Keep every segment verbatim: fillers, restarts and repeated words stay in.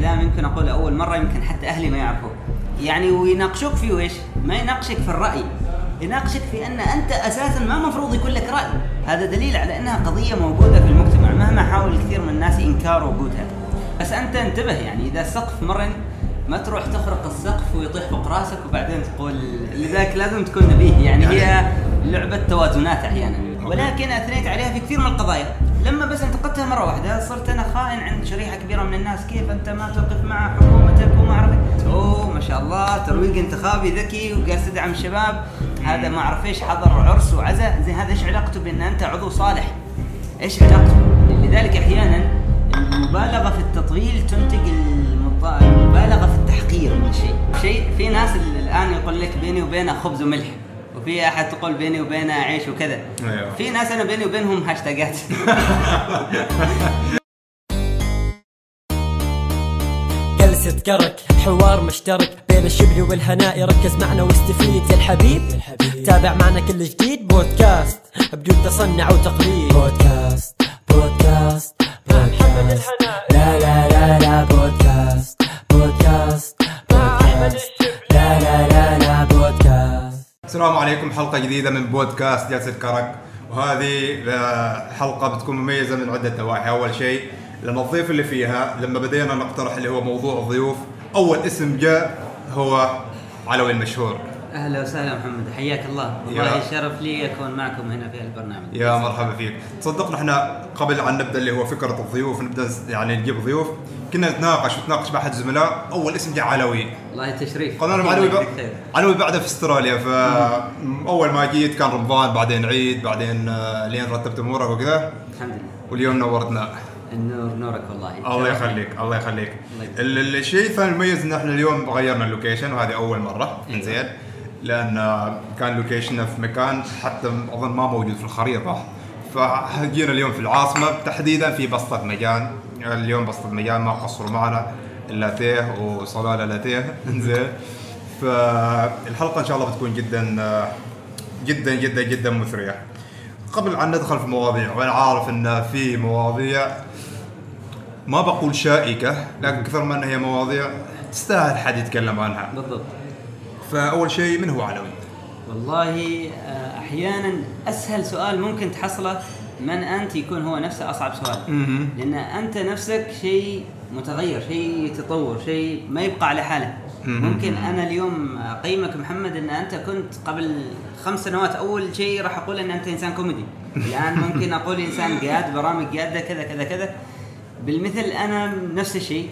كلام يمكن أقوله أول مرة يمكن حتى أهلي ما يعرفوه، يعني ويناقشوك فيه وإيش؟ ما يناقشك في الرأي، يناقشك في أن أنت أساساً ما مفروض يكون لك رأي. هذا دليل على أنها قضية موجودة في المجتمع مهما حاول كثير من الناس إنكار وجودها. بس أنت انتبه، يعني إذا السقف مرن ما تروح تخرق السقف ويطيح فوق راسك وبعدين تقول، لذلك لازم تكون نبيه. يعني هي لعبة توازنات أحياناً، ولكن أثنيت عليها في كثير من القضايا. لما بس انتقدتها مرة واحدة صرت أنا خائن عند شريحة كبيرة من الناس. كيف أنت ما توقف مع حكومتك وما عرفت؟ أوه ما شاء الله ترويج انتخابي ذكي وقاعد تدعم الشباب، هذا ما أعرف إيش حضر عرس وعزاء، زي هذا إيش علاقته بأن أنت عضو صالح؟ إيش علاقته؟ لذلك أحيانا المبالغة في التطويل تنتج المبالغة في التحقير من الشيء. شيء في ناس الآن يقول لك بيني وبينه خبز وملح، وفي أحد تقول بيني وبينه عيش وكذا. أيوة. في ناس أنا بيني وبينهم هاشتاجات. جلسة كرك حوار مشترك بين الشبل والهناء، ركز معنا واستفيد يا الحبيب. تابع معنا كل جديد، بودكاست بدون تصنع وتقليد. بودكاست بودكاست بودكاست لا لا لا لا بودكاست بودكاست بودكاست لا لا لا لا بودكاست. السلام عليكم، حلقة جديدة من بودكاست جلسة كرك، وهذه حلقة بتكون مميزة من عدة نواحي. أول شيء لأن الضيف اللي فيها لما بدينا نقترح اللي هو موضوع الضيوف، أول اسم جاء هو علوي المشهور. أهلا وسهلا محمد، حياك الله، والله شرف لي أكون معكم هنا في البرنامج. يا مرحبا فيك. تصدقنا احنا قبل أن نبدأ اللي هو فكرة الضيوف، نبدأ يعني نجيب ضيوف، كنا نتناقش ونتناقش مع أحد الزملاء، أول اسم جاء علوي. الله تشريف. قلنا لهم علوي ب... علوي بعده في استراليا، فأول ما جيت كان رمضان، بعدين عيد، بعدين لين رتبت أمورك وكذا. الحمد لله. واليوم نورتنا. النور نورك والله. الله يخليك الله يخليك. الشيء الثاني المميز ان احنا اليوم غيرنا اللوكيشن، وهذه اول مره. زين، لان كان لوكيشننا في مكان حتى اظن ما موجود في الخريطه، فجينا اليوم في العاصمه تحديدا في بسطه مجان. اليوم بسطه مجان ما قصروا معنا الا تيه وصلاله لاتيه. زين، فالحلقه ان شاء الله بتكون جدا جدا جدا جدا مثريه. قبل أن ندخل في المواضيع، وأنا عارف أن في مواضيع ما بقول شائكة، لكن كثر ما أنها هي مواضيع تستاهل حد يتكلم عنها. بالضبط. فأول شيء، من هو علوي؟ والله أحيانا أسهل سؤال ممكن تحصله من أنت يكون هو نفسه أصعب سؤال. لأن أنت نفسك شيء متغير، شيء تطور، شيء ما يبقى على حاله. ممكن أنا اليوم أقيمك محمد أن أنت كنت قبل خمس سنوات أول شيء راح أقول أن أنت إنسان كوميدي، الآن ممكن أقول إنسان قاد برامج قادة كذا كذا كذا. بالمثل أنا نفس الشيء.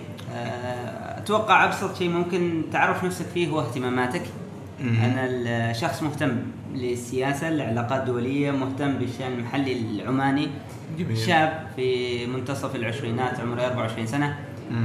أتوقع أبسط شيء ممكن تعرف نفسك فيه هو اهتماماتك. أنا الشخص مهتم للسياسة، العلاقات الدولية، مهتم بالشأن المحلي العماني. جميل. شاب في منتصف العشرينات، عمري أربعة وعشرين سنة،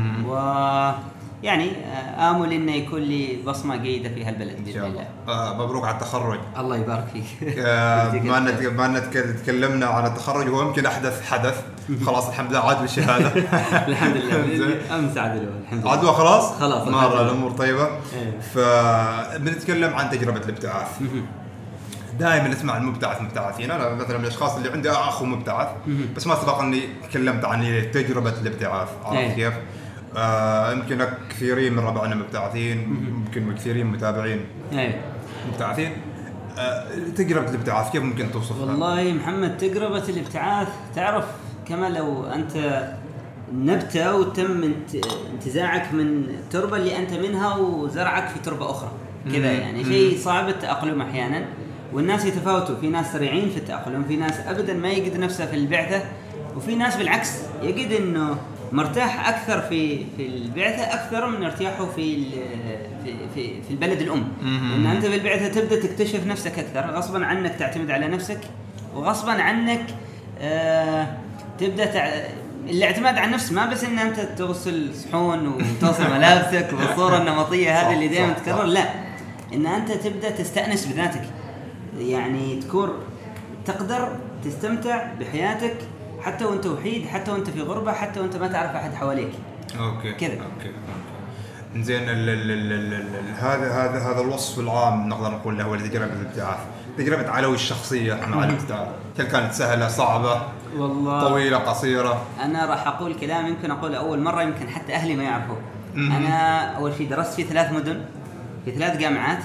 ويعني آمل إنه يكون لي بصمة جيدة في هالبلد بإذن الله. آه مبروك على التخرج. الله يبارك فيك. ما نت ما نت تكلمنا عن التخرج، هو يمكن أحدث حدث. خلاص الحمد لله عاد بالشهادة. الحمد لله. أمس عدلوا الحمد لله. عدوا خلاص. خلاص. مرة الأمور طيبة. فبنتكلم عن تجربة الابتعاث. دائما نسمع المبتعث مبتعثين. انا مثلا من الاشخاص اللي عندي اخ مبتعث، بس ما سبق اني تكلمت عن تجربه الابتعاث. عرفت كيف؟ آه يمكن كثيرين من ربعنا مبتعثين، يمكن كثيرين متابعين مبتعثين. آه تجربه الابتعاث كيف ممكن توصفها؟ والله محمد، تجربه الابتعاث تعرف كما لو انت نبته وتم انتزاعك من التربه اللي انت منها وزرعك في تربه اخرى كذا، يعني شيء صعب التأقلم احيانا. والناس يتفاوتوا، في ناس سريعين في التأقلم، في ناس أبداً ما يجد نفسه في البعثة، وفي ناس بالعكس يجد إنه مرتاح أكثر في في البعثة أكثر من ارتياحه في في في, في البلد الأم. لأن أنت في البعثة تبدأ تكتشف نفسك أكثر، غصباً عنك تعتمد على نفسك، وغصباً عنك آه تبدأ تع... الاعتماد على النفس ما بس إن أنت تغسل صحون وتصل ملابسك والصورة النمطية هذه اللي دائماً تكرر، لا، إن أنت تبدأ تستأنس بذاتك، يعني تكون تقدر تستمتع بحياتك حتى وانت وحيد، حتى وانت في غربة، حتى وانت ما تعرف أحد حواليك. أوكي كذا. أوكي. إنزين هذا هذا هذا الوصف العام نقدر نقول له هو تجربة الابتعاث. تجربة علوي الشخصية مع الابتعاث، هل كانت سهلة، صعبة، والله طويلة، قصيرة؟ أنا راح أقول كلام يمكن أقوله أول مرة يمكن حتى أهلي ما يعرفوه. انا اول شيء درست في ثلاث مدن في ثلاث جامعات.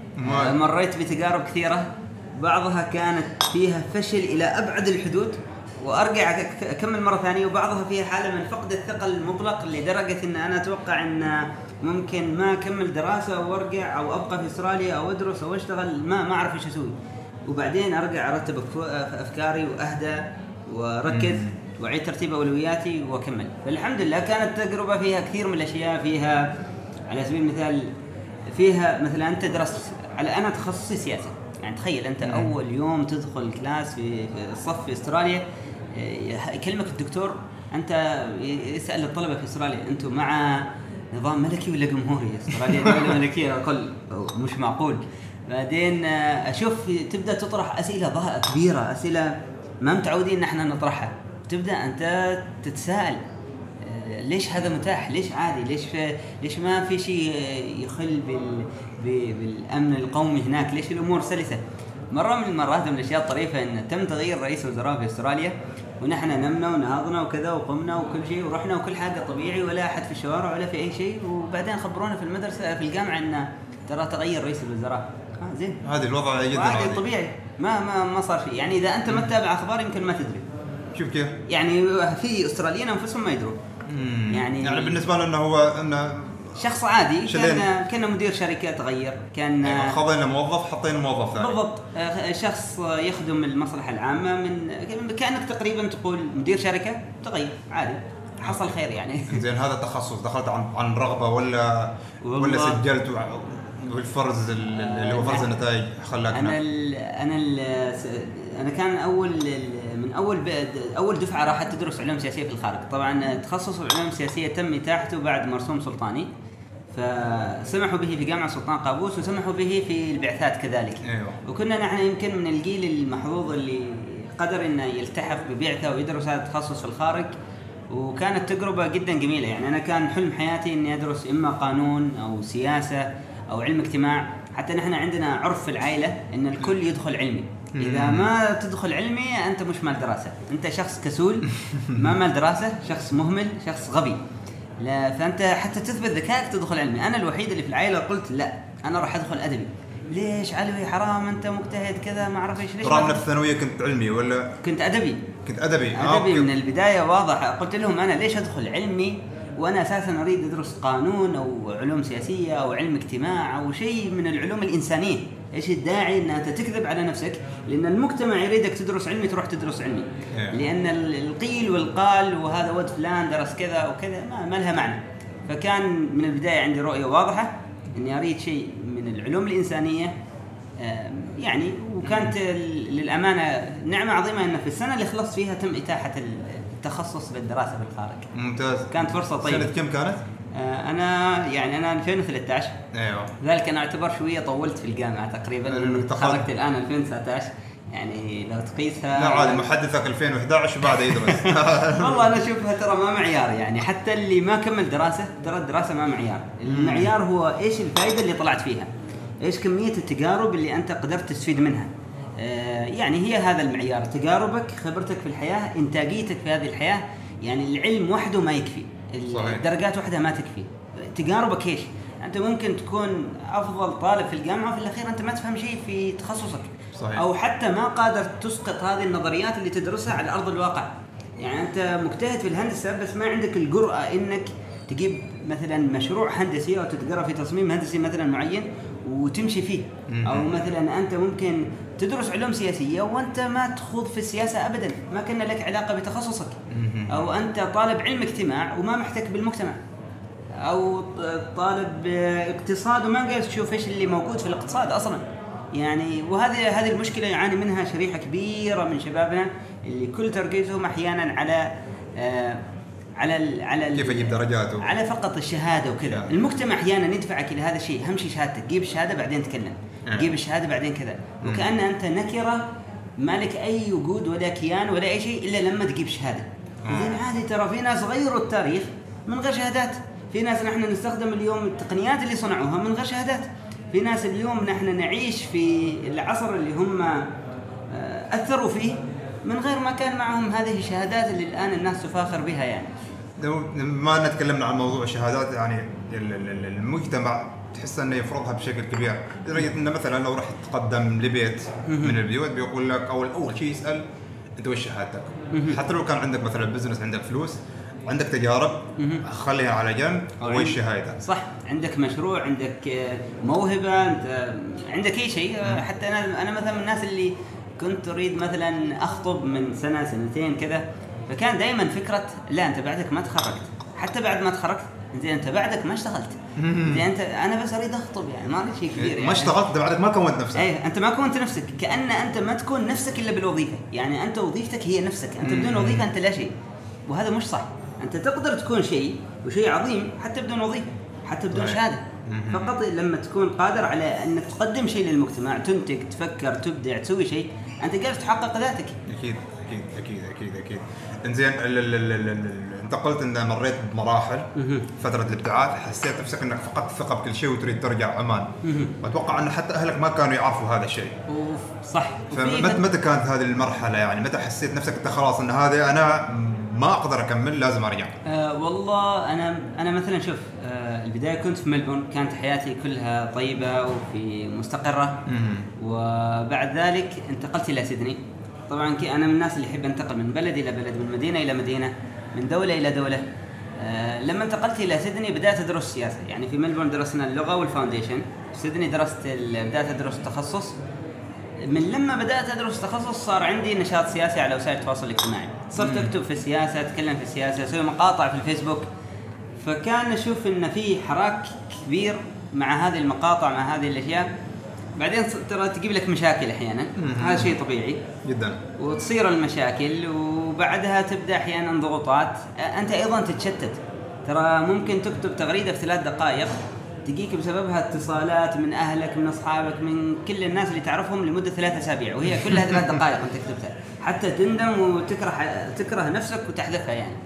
مريت بتجارب كثيره، بعضها كانت فيها فشل الى ابعد الحدود وارجع اكمل مره ثانيه، وبعضها فيها حاله من فقد الثقه المطلق لدرجه ان انا اتوقع ان ممكن ما اكمل دراسه وارجع او ابقى في استراليا او ادرس او اشتغل، ما ما اعرف ايش اسوي. وبعدين ارجع ارتب افكاري واهدى واركز واعيد ترتيب اولوياتي واكمل. فالحمد لله كانت تجربه فيها كثير من الاشياء. فيها على سبيل المثال فيها مثلا انت درست على انا تخصصي سياسه، يعني تخيل انت اول يوم تدخل كلاس في الصف في استراليا يكلمك الدكتور، انت يسال الطلبه في استراليا انتم مع نظام ملكي ولا جمهوري؟ استراليا دوله ملكيه. اقول مش معقول. بعدين اشوف تبدا تطرح اسئله ضاء كبيره، اسئله ما متعودين نحن نطرحها. تبدا انت تتساءل ليش هذا متاح؟ ليش عادي؟ ليش ليش ما في شيء يخل بال بالامن القومي هناك؟ ليش الامور سلسه؟ مره من المرات من الاشياء الطريفه ان تم تغيير رئيس وزراء في استراليا، ونحن نمنا ونهضنا وكذا وقمنا وكل شيء ورحنا وكل حاجه طبيعي ولا احد في الشوارع ولا في اي شيء. وبعدين خبرونا في المدرسه في الجامعه ان ترى تغير رئيس الوزراء. اه زين، هذا الوضع جدا عادي طبيعي، ما ما ما صار شيء. يعني اذا انت ما تتابع اخبار يمكن ما تدري. شوف كيف يعني في استراليين انفسهم ما يدرون. يعني يعني بالنسبه لنا هو انه شخص عادي، كان كنا مدير شركه تغير، كان يعني خذينا موظف حطينا موظف ثاني بالضبط، شخص يخدم المصلحه العامه، من كانك تقريبا تقول مدير شركه تغير عادي، حصل خير يعني. زين، هذا تخصص دخلت عن عن رغبه ولا ولا سجلت والفرز اللي هو فرز النتائج خلاك؟ انا ال انا ال انا كان اول من اول اول دفعه راحت تدرس علوم سياسيه في الخارج. طبعا تخصص العلوم السياسيه تم اتاحته بعد مرسوم سلطاني، فسمحوا به في جامعه سلطان قابوس وسمحوا به في البعثات كذلك. أيوة. وكنا نحن يمكن من الجيل المحظوظ اللي قدر انه يلتحق ببعثه ويدرس هذا التخصص في الخارج، وكانت تجربه جدا جميله. يعني انا كان حلم حياتي اني ادرس اما قانون او سياسه او علم اجتماع. حتى نحن عندنا عرف في العائله ان الكل يدخل علمي، اذا ما تدخل علمي انت مش مال دراسه، انت شخص كسول ما مال دراسه، شخص مهمل، شخص غبي. لا، فانت حتى تثبت ذكائك تدخل علمي. انا الوحيد اللي في العائله قلت لا، انا راح ادخل ادبي. ليش علوي؟ حرام، انت مجتهد كذا ما اعرف ايش. ليش رغم في الثانويه كنت علمي ولا كنت ادبي؟ كنت ادبي ادبي آه من البدايه واضح. قلت لهم انا ليش ادخل علمي وانا اساسا اريد ادرس قانون او علوم سياسيه او علم اجتماع او شيء من العلوم الانسانيه. ايش الداعي ان انت تكذب على نفسك؟ لان المجتمع يريدك تدرس علمي تروح تدرس علمي، لان القيل والقال وهذا ود فلان درس كذا وكذا ما, ما لها معنى. فكان من البدايه عندي رؤيه واضحه اني اريد شيء من العلوم الانسانيه يعني. وكانت للامانه نعمه عظيمه ان في السنه اللي خلصت فيها تم اتاحه التخصص بالدراسه في الخارج. ممتاز، كانت فرصه طيبه. سنه كم كانت؟ انا يعني انا ألفين وثلاثة عشر. ايوه، ذلك انا اعتبر شويه طولت في الجامعه تقريبا. تخرجت الان ألفين وتسعة عشر، يعني لو تقيسها لا عادي محدثك ألفين وأحد عشر وبعد يدرس. والله انا اشوفها ترى ما معيار، يعني حتى اللي ما كمل دراسه ترى الدراسه ما معيار. المعيار هو ايش الفائده اللي طلعت فيها، ايش كميه التجارب اللي انت قدرت تستفيد منها. آه يعني هي هذا المعيار، تجاربك، خبرتك في الحياه، انتاجيتك في هذه الحياه. يعني العلم وحده ما يكفي، الدرجات وحدها ما تكفي، تجاربك ايش. انت ممكن تكون افضل طالب في الجامعه وفي الاخير انت ما تفهم شيء في تخصصك. صحيح. او حتى ما قادر تسقط هذه النظريات اللي تدرسها على ارض الواقع. يعني انت مجتهد في الهندسه بس ما عندك الجرأه انك تجيب مثلا مشروع هندسي او تتقرا في تصميم هندسي مثلا معين وتمشي فيه. او مثلا انت ممكن تدرس علوم سياسيه وانت ما تخوض في السياسه ابدا، ما كان لك علاقه بتخصصك. او انت طالب علم اجتماع وما محتك بالمجتمع، او طالب اقتصاد وما قاعد تشوف ايش اللي موجود في الاقتصاد اصلا. يعني وهذه هذه المشكله يعاني منها شريحه كبيره من شبابنا اللي كل تركيزهم احيانا على آه على على كيف اجيب درجات على فقط الشهاده وكذا. يعني. المجتمع احيانا يدفعك الى هذا الشيء، اهم شيء شهادتك، جيب الشهاده بعدين تكلم، يعني. جيب الشهاده بعدين كذا، وكأن انت نكره ما لك اي وجود ولا كيان ولا اي شيء الا لما تجيب شهاده. زين عادي، ترى في ناس غيروا التاريخ من غير شهادات، في ناس نحن نستخدم اليوم التقنيات اللي صنعوها من غير شهادات، في ناس اليوم نحن نعيش في العصر اللي هم أثروا فيه من غير ما كان معهم هذه الشهادات اللي الآن الناس تفاخر بها يعني. لو ما نتكلمنا عن موضوع الشهادات يعني المجتمع تحس انه يفرضها بشكل كبير لدرجه انه مثلا لو رحت تقدم لبيت من البيوت بيقول لك اول اول شيء يسال انت وش شهادتك. حتى لو كان عندك مثلا بزنس، عندك فلوس، عندك تجارب، خليها على جنب، وش شهادتك. صح، عندك مشروع، عندك موهبه، انت عندك اي شيء. حتى انا انا مثلا من الناس اللي كنت اريد مثلا اخطب من سنه سنتين كذا، فكان دائما فكره لا انت بعدك ما تخرجت، حتى بعد ما تخرجت انت انت بعدك ما اشتغلت. انت انا بس اريد اخطب يعني ما اريد شيء كبير يعني. ما اشتغلت بعدك ما كونت نفسك. اي انت ما كونت نفسك، كأن انت ما تكون نفسك الا بالوظيفه، يعني انت وظيفتك هي نفسك، انت بدون وظيفه انت لا شيء، وهذا مش صح. انت تقدر تكون شيء وشيء عظيم حتى بدون وظيفه، حتى بدون شهاده. فقط لما تكون قادر على انك تقدم شيء للمجتمع، تنتج، تفكر، تبدع، تسوي شيء، انت قادر تحقق ذاتك. اكيد اكيد اكيد اكيد اكيد. انزين انت قلت ان مريت بمراحل فتره الابتعاث، حسيت نفسك انك فقدت الثقه بكل شيء وتريد ترجع عمان. واتوقع ان حتى اهلك ما كانوا يعرفوا هذا الشيء. صح. فمتى متى كانت هذه المرحله يعني؟ متى حسيت نفسك انت خلاص ان هذا انا ما اقدر اكمل لازم ارجع؟ أه والله انا انا مثلا شوف، أه البدايه كنت في ملبورن، كانت حياتي كلها طيبه وفي مستقره. وبعد ذلك انتقلت الى سيدني. طبعا انا من الناس اللي يحب انتقل من بلد الى بلد، من مدينه الى مدينه، من دوله الى دوله. أه لما انتقلت الى سيدني بدات ادرس سياسه، يعني في ملبورن درسنا اللغه والفاونديشن، في سيدني درست بدات ادرس تخصص. من لما بدأت أدرس تخصص صار عندي نشاط سياسي على وسائل التواصل الاجتماعي، صرت أكتب في السياسة، أتكلم في السياسة، أسوي مقاطع في الفيسبوك. فكان أشوف إن في حراك كبير مع هذه المقاطع، مع هذه الأشياء. بعدين ترى تجيب لك مشاكل أحيانا، هذا شيء طبيعي جدا، وتصير المشاكل وبعدها تبدأ أحيانا ضغوطات، أنت أيضا تتشتت. ترى ممكن تكتب تغريدة في ثلاث دقائق تجيك بسببها اتصالات من أهلك، من أصحابك، من كل الناس اللي تعرفهم لمدة ثلاثة أسابيع، وهي كلها ثلاث دقائق أنت كتبتها، حتى تندم وتكره تكره نفسك وتحذفها يعني.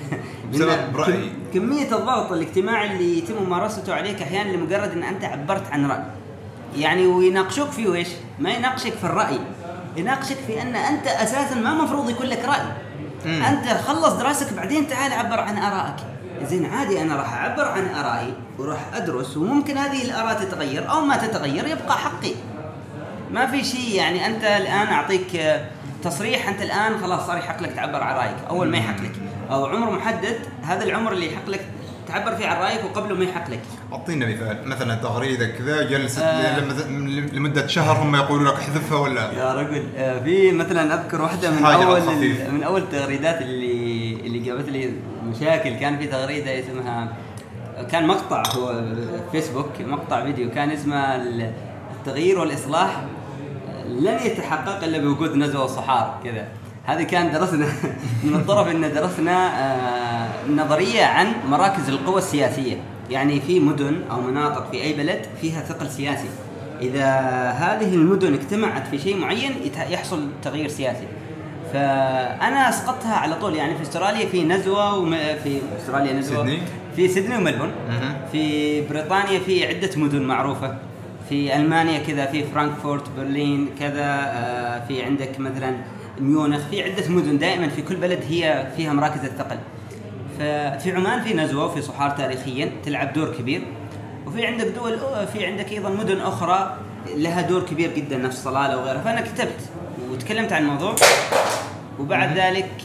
بسبب رأي. كمية الضغط الاجتماعي اللي يتم ممارسته عليك أحيانا لمجرد أن أنت عبرت عن رأي، يعني ويناقشوك فيه وإيش؟ ما يناقشك في الرأي، يناقشك في أن أنت أساسا ما مفروض يكون لك رأي. م. أنت خلص دراستك بعدين تعال عبر عن آرائك. زين عادي، أنا راح أعبر عن آرائي وراح أدرس، وممكن هذه الآراء تتغير أو ما تتغير، يبقى حقي، ما في شيء. يعني أنت الآن أعطيك تصريح، أنت الآن خلاص صار يحق لك تعبر عن رأيك، أول ما يحق لك أو عمر محدد، هذا العمر اللي يحق لك تعبر فيه عن رأيك وقبله ما يحق لك. أعطينا مثال، مثلا تغريدة كذا جلست آه لمدة شهر هم يقولوا لك احذفها ولا؟ يا رجل آه في مثلا أذكر واحدة من أول من أول التغريدات اللي اللي جابت لي مشاكل. كان في تغريدة اسمها، كان مقطع هو فيسبوك، مقطع فيديو كان اسمه التغيير والإصلاح لن يتحقق إلا بوجود نزوة وصحار كذا. هذه كان درسنا من الطرف إن درسنا آه نظرية عن مراكز القوى السياسية، يعني في مدن أو مناطق في أي بلد فيها ثقل سياسي، إذا هذه المدن اجتمعت في شيء معين يحصل تغيير سياسي. فأنا أسقطها على طول. يعني في استراليا في نزوة، وفي استراليا نزوة سيدني. في سيدني وملبورن. في بريطانيا في عدة مدن معروفة، في ألمانيا كذا في فرانكفورت، برلين كذا، في عندك مثلا ميونخ، في عدة مدن دائما في كل بلد هي فيها مراكز الثقل. ففي عمان في نزوة وفي صحار تاريخيا تلعب دور كبير، وفي عندك دول، في عندك أيضا مدن أخرى لها دور كبير جدا نفس صلالة وغيرها. فأنا كتبت وتكلمت عن الموضوع، وبعد ذلك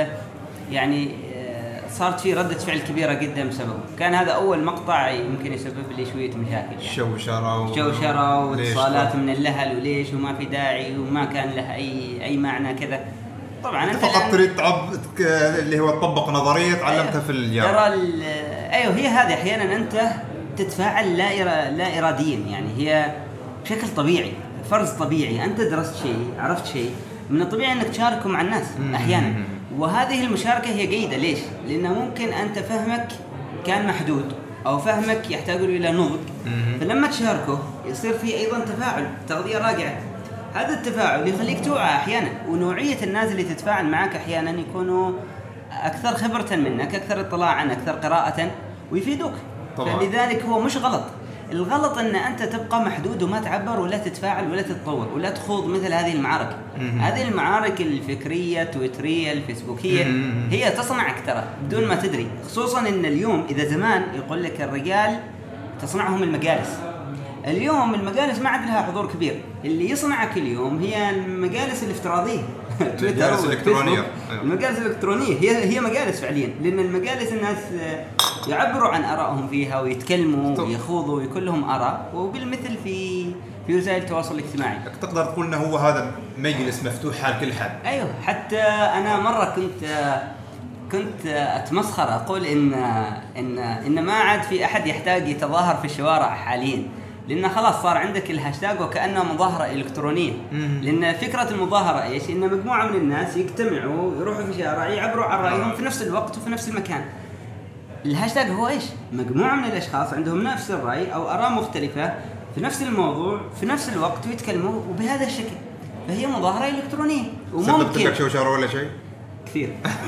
يعني صارت في ردة فعل كبيرة جدا بسببه. كان هذا أول مقطع يمكن يسبب لي شوية مشاكل، يعني شوشرة شوشرة واتصالات من الأهل وليش وما في داعي وما كان له أي أي معنى كذا. طبعا أنت فقط تريد تعب اللي هو تطبق نظرية تعلمتها في الجامعة. ترى أيوه هي هذه أحيانا أنت تتفاعل لا لا إراديا، يعني هي بشكل طبيعي، فرز طبيعي. أنت درست شيء، عرفت شيء، من الطبيعي أنك تشاركه مع الناس أحيانا، وهذه المشاركة هي جيدة. ليش؟ لأنه ممكن أنت فهمك كان محدود أو فهمك يحتاج إلى نضج، فلما تشاركه يصير فيه أيضا تفاعل، تغذية راجعة. هذا التفاعل يخليك توعى أحيانا، ونوعية الناس اللي تتفاعل معك أحيانا يكونوا أكثر خبرة منك، أكثر اطلاعا، أكثر قراءة، ويفيدوك. فلذلك هو مش غلط، الغلط ان انت تبقى محدود وما تعبر ولا تتفاعل ولا تتطور ولا تخوض مثل هذه المعارك. هذه المعارك الفكريه التويتريه الفيسبوكيه هي تصنعك ترى بدون ما تدري، خصوصا ان اليوم اذا زمان يقول لك الرجال تصنعهم المجالس، اليوم المجالس ما عاد لها حضور كبير، اللي يصنعك اليوم هي المجالس الافتراضيه المجالس الالكترونيه. المجالس الالكترونيه هي هي مجالس فعليا، لان المجالس الناس يعبروا عن ارائهم فيها ويتكلموا ويخوضوا ويكون لهم اراء، وبالمثل في في وسائل التواصل الاجتماعي. تقدر تقول انه هو هذا مجلس مفتوح على كل حد. ايوه، حتى انا مره كنت كنت اتمسخر اقول ان ان ان ما عاد في احد يحتاج يتظاهر في الشوارع حاليا، لأن خلاص صار عندك الهاشتاج وكأنها مظاهرة إلكترونية. لأن فكرة المظاهرة إيش؟ إن مجموعة من الناس يجتمعوا يروحوا في شارع يعبروا عن رأيهم في نفس الوقت وفي نفس المكان. الهاشتاج هو إيش؟ مجموعة من الأشخاص عندهم نفس الرأي أو آراء مختلفة في نفس الموضوع في نفس الوقت ويتكلموا وبهذا الشكل، فهي مظاهرة إلكترونية. سببت لك شوشرة ولا شيء؟ كثير.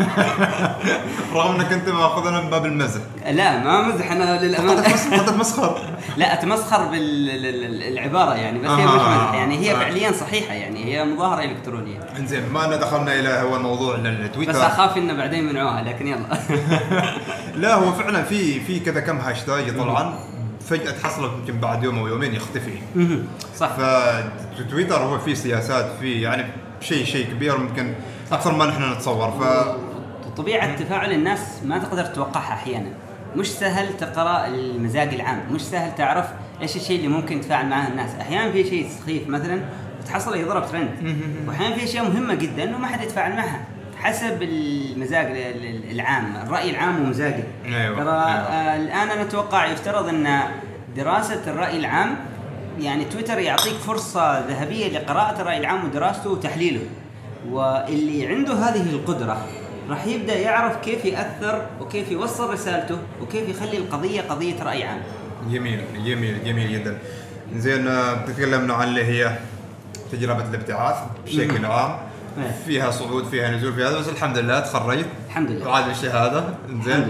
رغم انك انت ماخذنا من باب المزح. لا ما مزح انا للامانه. هذا تمسخر. لا اتمسخر بالعباره يعني، بس هي مش مزح يعني، هي فعليا صحيحه يعني، هي مظاهره الكترونيه. انزين ما أنا دخلنا الى هو الموضوع التويتر، بس اخاف انه بعدين منعوها، لكن يلا. لا هو فعلا في في كذا كم هاشتاج طبعا فجأة تحصل يمكن بعد يوم او يومين يختفي. صح. فتويتر هو فيه سياسات، فيه يعني شيء شيء كبير ممكن اكثر ما نحن نتصور. ف طبيعه تفاعل الناس ما تقدر تتوقعها احيانا، مش سهل تقرا المزاج العام، مش سهل تعرف ايش الشيء اللي ممكن تفاعل معه الناس. احيانا في شيء سخيف مثلا تحصل يضرب ترند، واحيانا في اشياء مهمه جدا وما حد يتفاعل معها، حسب المزاج العام، الراي العام ومزاجه. أيوة. ترى أيوة. الان انا اتوقع يفترض ان دراسه الراي العام يعني تويتر يعطيك فرصه ذهبيه لقراءه الراي العام ودراسته وتحليله، واللي عنده هذه القدره راح يبدأ يعرف كيف يأثر وكيف يوصل رسالته وكيف يخلي القضية قضية رأي عام. جميل جميل جميل جدا. زين تكلمنا عن اللي هي تجربة الابتعاث بشكل عام، فيها صعود فيها نزول فيها هذا، بس الحمد لله تخرجت الحمد لله وعاد الشهادة. زين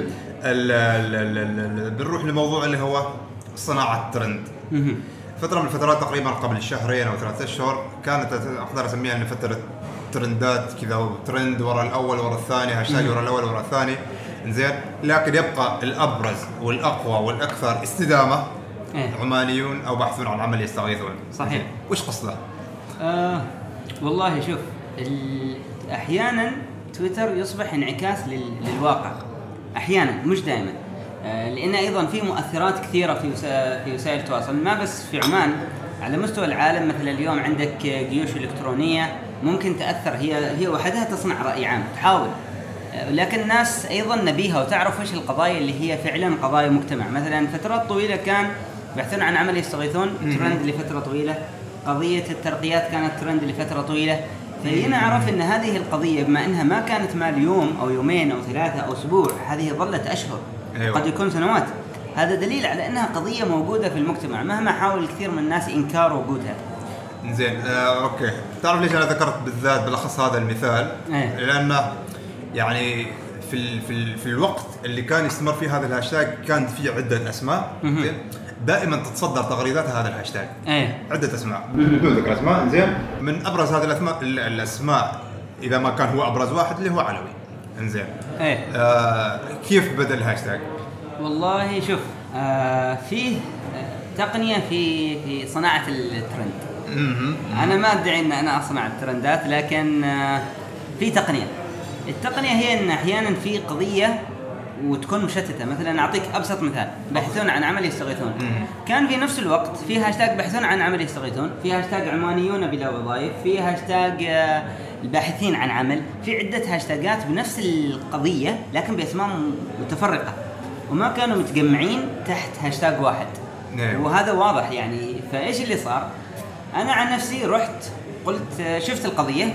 بنروح لموضوع اللي هو صناعة ترند. فترة من الفترات تقريبا قبل شهرين أو ثلاثة أشهر كانت أقدر أسميها أن فترة ترندات كذا، ترند ورا الأول ورا الثاني، هاشتاج ورا الأول ورا الثاني. إنزين لكن يبقى الأبرز والأقوى والأكثر استدامة إيه؟ عمانيون أو باحثون عن عمل يستغيثون. صحيح. وش قصده؟ آه والله شوف، أحيانا تويتر يصبح انعكاس للواقع، أحيانا مش دائما، آه لأن أيضا في مؤثرات كثيرة في في وسائل التواصل، ما بس في عمان، على مستوى العالم. مثل اليوم عندك جيوش إلكترونية ممكن تأثر، هي هي وحدها تصنع رأي عام، تحاول، لكن الناس أيضا نبيها وتعرف إيش القضايا اللي هي فعلا قضايا مجتمع. مثلا فترات طويلة كان يبحثون عن عمل يستغيثون، ترند لفترة طويلة، قضية الترقيات كانت ترند لفترة طويلة. فهنا عرف أن هذه القضية بما أنها ما كانت مال يوم أو يومين أو ثلاثة أو أسبوع، هذه ظلت أشهر، أيوة. قد يكون سنوات. هذا دليل على أنها قضية موجودة في المجتمع مهما حاول الكثير من الناس إنكار وجودها. زين آه، أوكي. تعرف ليش أنا ذكرت بالذات بالأخص هذا المثال؟ أيه. لأنه يعني في ال في ال في الوقت اللي كان يستمر فيه هذا الهاشتاج كانت فيه عدة أسماء دائما تتصدر تغريدات هذا الهاشتاج. أيه. عدة أسماء بدون ذكر أسماء. زين من أبرز هذه الأسماء الأسماء إذا ما كان هو أبرز واحد اللي هو علوي. إنزين. أيه. آه كيف بدأ الهاشتاج؟ والله شوف، آه فيه آه تقنية في في صناعة الترند. أنا ما أدعي أن أنا أصنع الترندات، لكن آه في تقنية. التقنية هي أن أحيانا في قضية وتكون مشتتة. مثلا أعطيك أبسط مثال، باحثون عن عمل يستغيثون، كان في نفس الوقت في هاشتاج باحثون عن عمل يستغيثون، في هاشتاج عمانيون بلا وظائف، في هاشتاج آه الباحثين عن عمل، في عدة هاشتاجات بنفس القضية لكن بأسماء متفرقة وما كانوا متجمعين تحت هاشتاج واحد. نعم. وهذا واضح يعني. فإيش اللي صار؟ أنا عن نفسي رحت قلت شفت القضية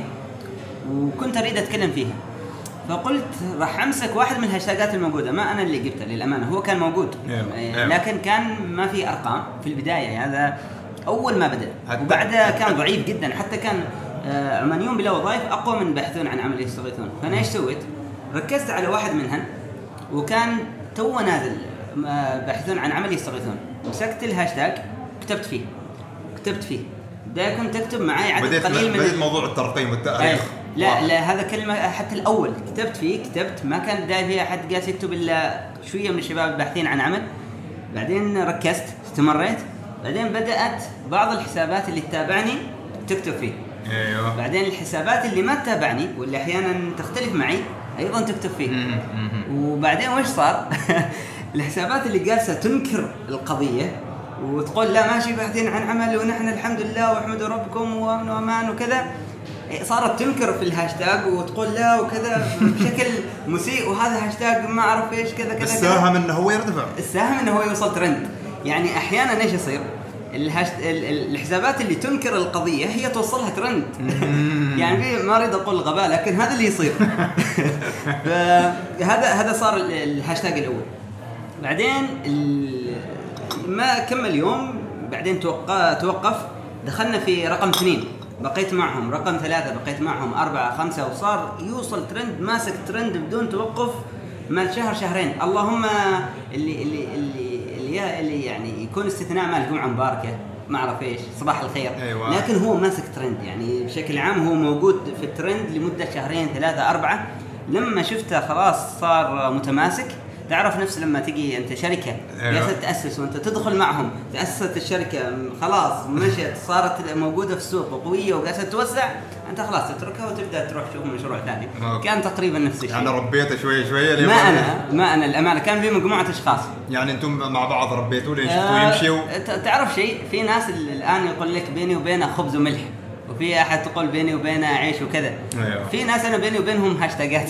وكنت أريد أتكلم فيها، فقلت راح أمسك واحد من الهاشتاجات الموجودة، ما أنا اللي جبته للأمانة، هو كان موجود نعم. لكن كان ما في أرقام في البداية، هذا أول ما بدأ، وبعدها كان ضعيف جدا. حتى كان عمانيون بلا وظائف أقوى من باحثون عن عمل يستغيثون. فأنا إيش سويت؟ ركزت على واحد منهن وكان تو نازل باحثون عن عمل يستغيثون، مسكت الهاشتاج كتبت فيه كتبت فيه بداية كنت تكتب معي عدد قليل من بديت موضوع الترقيم والتاريخ. لا لا هذا كلمة حتى الأول كتبت فيه كتبت ما كان بداية فيها حد قاعد يكتب إلا شوية من الشباب الباحثين عن عمل. بعدين ركزت استمريت، بعدين بدأت بعض الحسابات اللي تتابعني تكتب فيه. ايوه. بعدين الحسابات اللي ما تتابعني واللي أحيانا تختلف معي أيضا تكتب فيه. وبعدين وش صار؟ الحسابات اللي جالسة تنكر القضية وتقول لا ماشي باحثين عن عمل ونحن الحمد لله واحمدوا ربكم وامن وامان وكذا، صارت تنكر في الهاشتاج وتقول لا وكذا بشكل مسيء، وهذا هاشتاج ما اعرف ايش كذا كذا. الساهم انه هو يرتفع، الساهم انه هو يوصل ترند. يعني احيانا ايش يصير؟ الهاشت... الحسابات اللي تنكر القضيه هي توصلها ترند. يعني ما اريد اقول غباء لكن هذا اللي يصير. هذا هذا صار الهاشتاج الاول. بعدين ال... ما كمل يوم، بعدين توقف توقف دخلنا في رقم اثنين، بقيت معهم رقم ثلاثة، بقيت معهم أربعة خمسة، وصار يوصل ترند ماسك ترند بدون توقف من شهر شهرين. اللهم اللي اللي اللي اللي, اللي يعني يكون استثناء مع الجمعة مباركة ما أعرف إيش صباح الخير. أيوة. لكن هو ماسك ترند، يعني بشكل عام هو موجود في الترند لمدة شهرين ثلاثة أربعة. لما شفته خلاص صار متماسك. تعرف نفس لما تجي أنت شركة جالسة تأسس وأنت تدخل معهم، تأسست الشركة خلاص مشت صارت موجودة في السوق وقوية وجالسة توسع، أنت خلاص تتركها وتبدأ تروح تشوف مشروع ثاني. كان تقريبا نفس الشيء. أنا ربيته شوي شوي. ما أنا ما أنا الأمانة كان في مجموعة أشخاص. يعني أنتم مع بعض ربيتوا لين شفتوا يمشي و... تعرف شيء، في ناس الآن يقول لك بيني وبينه خبز وملح، وفي أحد تقول بيني وبينه عيش وكذا. أيوة. في ناس أنا بيني وبينهم هاشتاجات.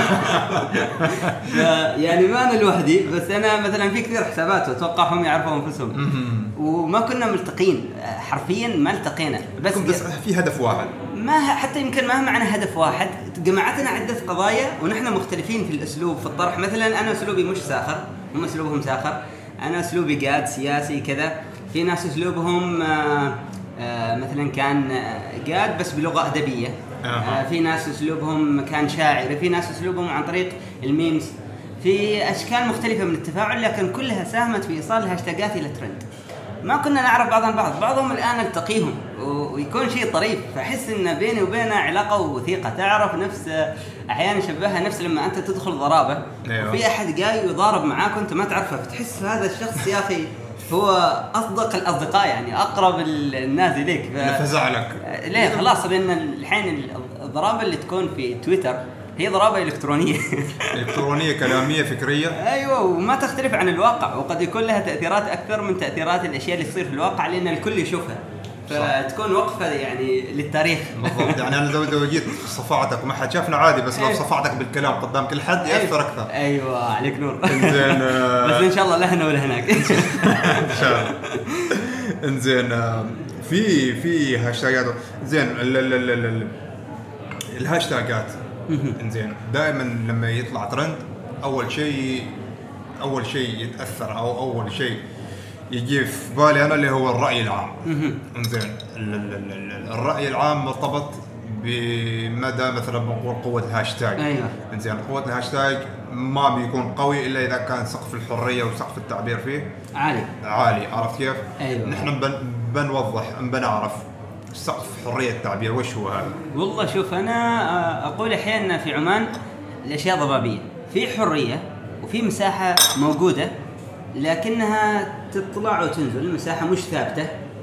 يعني ما أنا لوحدي، بس أنا مثلا في كثير حسابات وأتوقع هم يعرفوا أنفسهم. وما كنا ملتقين حرفيا، ما التقينا بس, بس في هدف واحد. ما حتى يمكن ما معنا هدف واحد، جمعتنا عدة قضايا ونحن مختلفين في الأسلوب في الطرح. مثلا أنا أسلوبي مش ساخر، هم أسلوبهم ساخر. أنا أسلوبي قاد سياسي كذا، في ناس أسلوبهم آه آه مثلا كان قاد بس بلغة أدبية. آه في ناس أسلوبهم كان شاعري، في ناس أسلوبهم عن طريق الميمز، في أشكال مختلفة من التفاعل، لكن كلها ساهمت في إيصال الهاشتاجات إلى ترند. ما كنا نعرف بعضنا البعض، بعضهم الآن التقيهم ويكون شيء طريف، فأحس إن بيني وبينه علاقة وثيقة. تعرف نفس أحيانا شبهها نفس لما أنت تدخل ضرابة. أيوة. وفي أحد جاي يضارب معاك وأنت ما تعرفه، فتحس هذا الشخص يا أخي هو أصدق الأصدقاء، يعني أقرب الناس إليك. ف... فزعلك ليه خلاص، لأن الحين الضرابة اللي تكون في تويتر هي ضرابة إلكترونية. إلكترونية كلامية فكرية. أيوة، وما تختلف عن الواقع، وقد يكون لها تأثيرات أكثر من تأثيرات الأشياء اللي تصير في الواقع، لأن الكل يشوفها. فتكون وقفة يعني للتاريخ. بالضبط. يعني أنا لو لو جيت صفعتك وما حد شافنا عادي، بس لو صفعتك بالكلام قدام كل حد يأثر أكثر. أيوة عليك نور. إنزين. بس إن شاء الله لهنا ولا هناك. إن شاء الله. إنزين. في في هاشتاجات. زين ال ال ال ال الهاشتاجات. إنزين دائما لما يطلع ترند أول شيء أول شيء يتأثر أو أول شيء يجي في بالي أنا اللي هو الرأي العام. إنزين الرأي العام مرتبط بمدى مثلا بنقول قوة الهاشتاج. أيوة. إنزين قوة الهاشتاج ما بيكون قوي إلا إذا كان سقف الحرية وسقف التعبير فيه عالي عالي. عرفت كيف؟ أيوة. نحن بن بنوضح بنعرف سقف حرية التعبير وش هو هذا. والله شوف أنا أقول أحيانا في عمان الأشياء ضبابية، في حرية وفي مساحة موجودة لكنها تطلع وتنزل، المساحة مش ثابتة،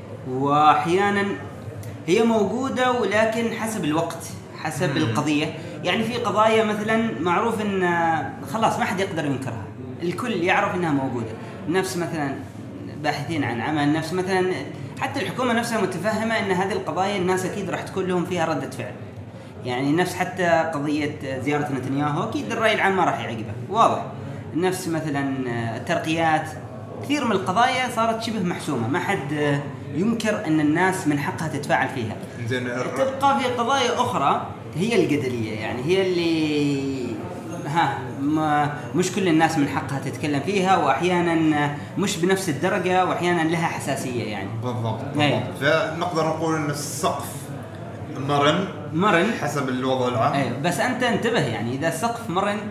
وأحيانا هي موجودة ولكن حسب الوقت حسب مم. القضية. يعني في قضايا مثلا معروف إن خلاص ما حد يقدر ينكرها، الكل يعرف إنها موجودة، نفس مثلا باحثين عن عمل، نفس مثلا حتى الحكومة نفسها متفهمة إن هذه القضايا الناس أكيد راح تكون لهم فيها ردة فعل. يعني نفس حتى قضية زيارة نتنياهو أكيد الرأي العام ما راح يعجبه، واضح. نفس مثلا الترقيات، كثير من القضايا صارت شبه محسومة، ما حد ينكر أن الناس من حقها تتفاعل فيها. تبقى في قضايا أخرى هي الجدلية، يعني هي اللي ها ما مش كل الناس من حقها تتكلم فيها، وأحيانا مش بنفس الدرجة، وأحيانا لها حساسية يعني. بالضبط, بالضبط. فنقدر نقول أن السقف مرن مرن حسب الوضع العام. أيوة. بس أنت انتبه، يعني إذا السقف مرن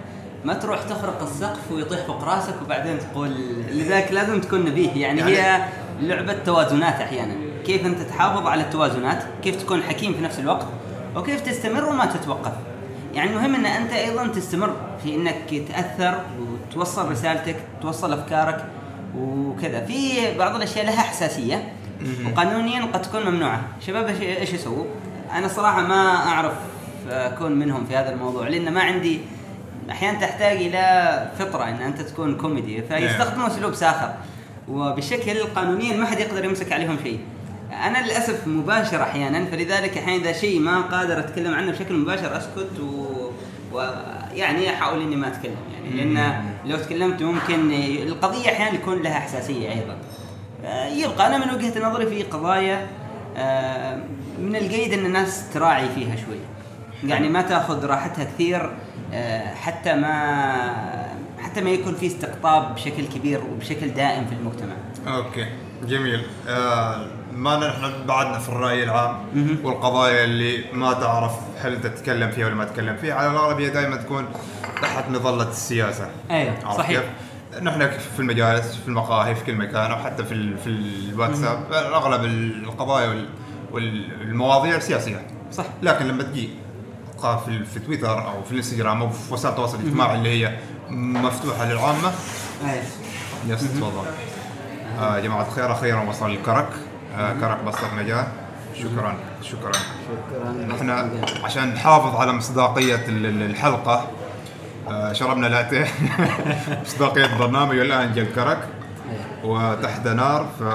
ما تروح تخرق السقف ويطيح فوق راسك وبعدين تقول. لذلك لازم تكون نبيه يعني, يعني هي لعبة توازنات أحيانا، كيف أنت تحافظ على التوازنات، كيف تكون حكيم في نفس الوقت، وكيف تستمر وما تتوقف. يعني المهم أن أنت أيضا تستمر في أنك تأثر وتوصل رسالتك، توصل أفكارك وكذا. في بعض الأشياء لها حساسية وقانونيا قد تكون ممنوعة. شباب إيش يسووا؟ أنا صراحة ما أعرف أكون منهم في هذا الموضوع، لأن ما عندي أحيانا تحتاج إلى فطرة أن أنت تكون كوميدي، فيستخدموا أسلوب ساخر وبشكل قانونيا ما حد يقدر يمسك عليهم شيء. أنا للأسف مباشر أحيانا، فلذلك أحيانا إذا شيء ما قادر أتكلم عنه بشكل مباشر أسكت ويعني و... أحاول إني ما أتكلم يعني، لأن لو تكلمت ممكن القضية أحيانا يكون لها حساسية أيضا. يبقى أنا من وجهة نظري في قضايا من الجيد أن الناس تراعي فيها شوي، يعني ما تأخذ راحتها كثير حتى ما حتى ما يكون في استقطاب بشكل كبير وبشكل دائم في المجتمع. أوكي جميل. آه ما نحن بعدنا في الرأي العام والقضايا اللي ما تعرف هل تتكلم فيها ولا ما تتكلم فيها، على الأغلبية دائما تكون تحت مظلة السياسة. أيوة صحيح. نحن في المجالس، في المقاهي، في كل مكان، أو حتى في في الواتساب أغلب القضايا والمواضيع السياسية. صح. لكن لما تجي في في تويتر أو في الانستغرام أو في وسائل التواصل الاجتماعي اللي هي مفتوحة للعامة. أيوة. يس تفضل. آه جماعة الخير أخيرا وصل الكرك. آه كرك بسط مجال. شكرا شكرا شكرا. نحن عشان نحافظ على مصداقية الحلقة آه شربنا لاتيه مصداقية البرنامج، والآن جاء الكرك وتحت نار. ف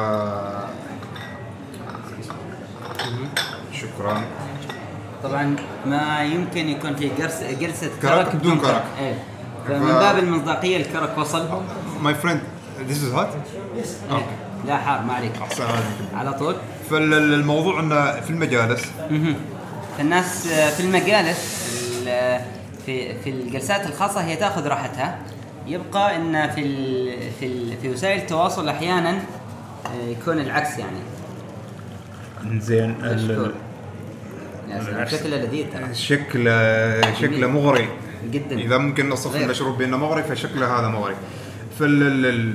شكرا. طبعا ما يمكن يكون في جلسة جلسة كرك بدون كرك. ايه فمن باب المصداقية الكرك وصل. My friend this is hot. إيه. okay. لا حار ما عليك. أحسن على طول. فالموضوع إنه في المجالس. الناس في المجالس في في الجلسات الخاصة هي تأخذ راحتها. يبقى إن في ال في ال في وسائل التواصل أحيانا يكون العكس يعني. زين. شكله لذيذ ترى. شكله شكله مغري جدا. إذا ممكن نصف المشروب بأنه مغري فشكله هذا مغري. فال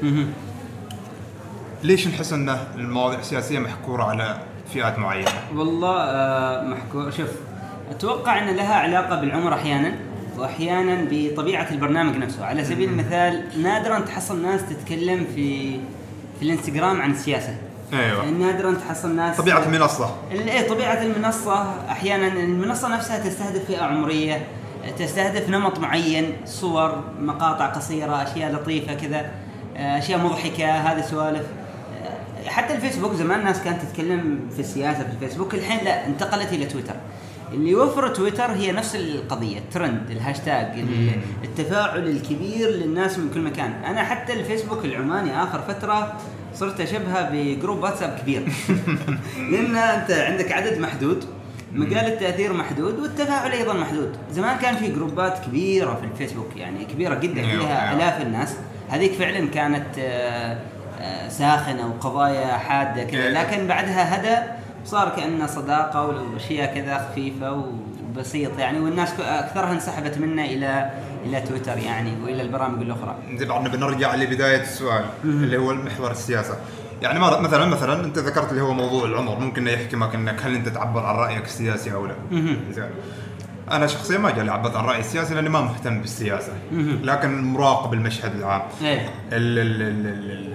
ليش نحس أن المواضيع السياسية محكورة على فئات معينة؟ والله آه محكور. شوف أتوقع أن لها علاقة بالعمر أحيانا، وأحيانا بطبيعة البرنامج نفسه. على سبيل المثال نادرا تحصل ناس تتكلم في في الانستغرام عن السياسة. أيوة. نادرا تحصل ناس. طبيعة المنصة. إيه طبيعة المنصة أحيانا المنصة نفسها تستهدف فئة عمرية، تستهدف نمط معين، صور، مقاطع قصيرة، أشياء لطيفة كذا، أشياء مضحكة، هذه سوالف. حتى الفيسبوك زمان الناس كانت تتكلم في السياسة في الفيسبوك، الحين لا انتقلت إلى تويتر. اللي يوفر تويتر هي نفس القضية، الترند، الهاشتاج، التفاعل الكبير للناس من كل مكان. أنا حتى الفيسبوك العماني آخر فترة صرت أشبهها بجروب واتساب كبير لأن أنت عندك عدد محدود، مجال التأثير محدود، والتفاعل أيضا محدود. زمان كان في جروبات كبيرة في الفيسبوك يعني كبيرة جدا فيها آلاف الناس، هذيك فعلا كانت ساخنة وقضايا حادة كذا، لكن بعدها هدأ صار كأنه صداقة وأشياء كذا خفيفة وبسيط يعني، والناس أكثرها انسحبت منه إلى إلى تويتر يعني وإلى البرامج الأخرى. بعدنا بنرجع لبداية السؤال اللي هو المحور السياسة. يعني مثلا مثلا أنت ذكرت اللي هو موضوع العمر، ممكن يحكمك إنك هل أنت تعبر عن رأيك السياسي أو لا. زين. أنا شخصيا ما جالي عبرت عن رأيي السياسي لأني ما مهتم بالسياسة، لكن مراقب المشهد العام. ال ال ال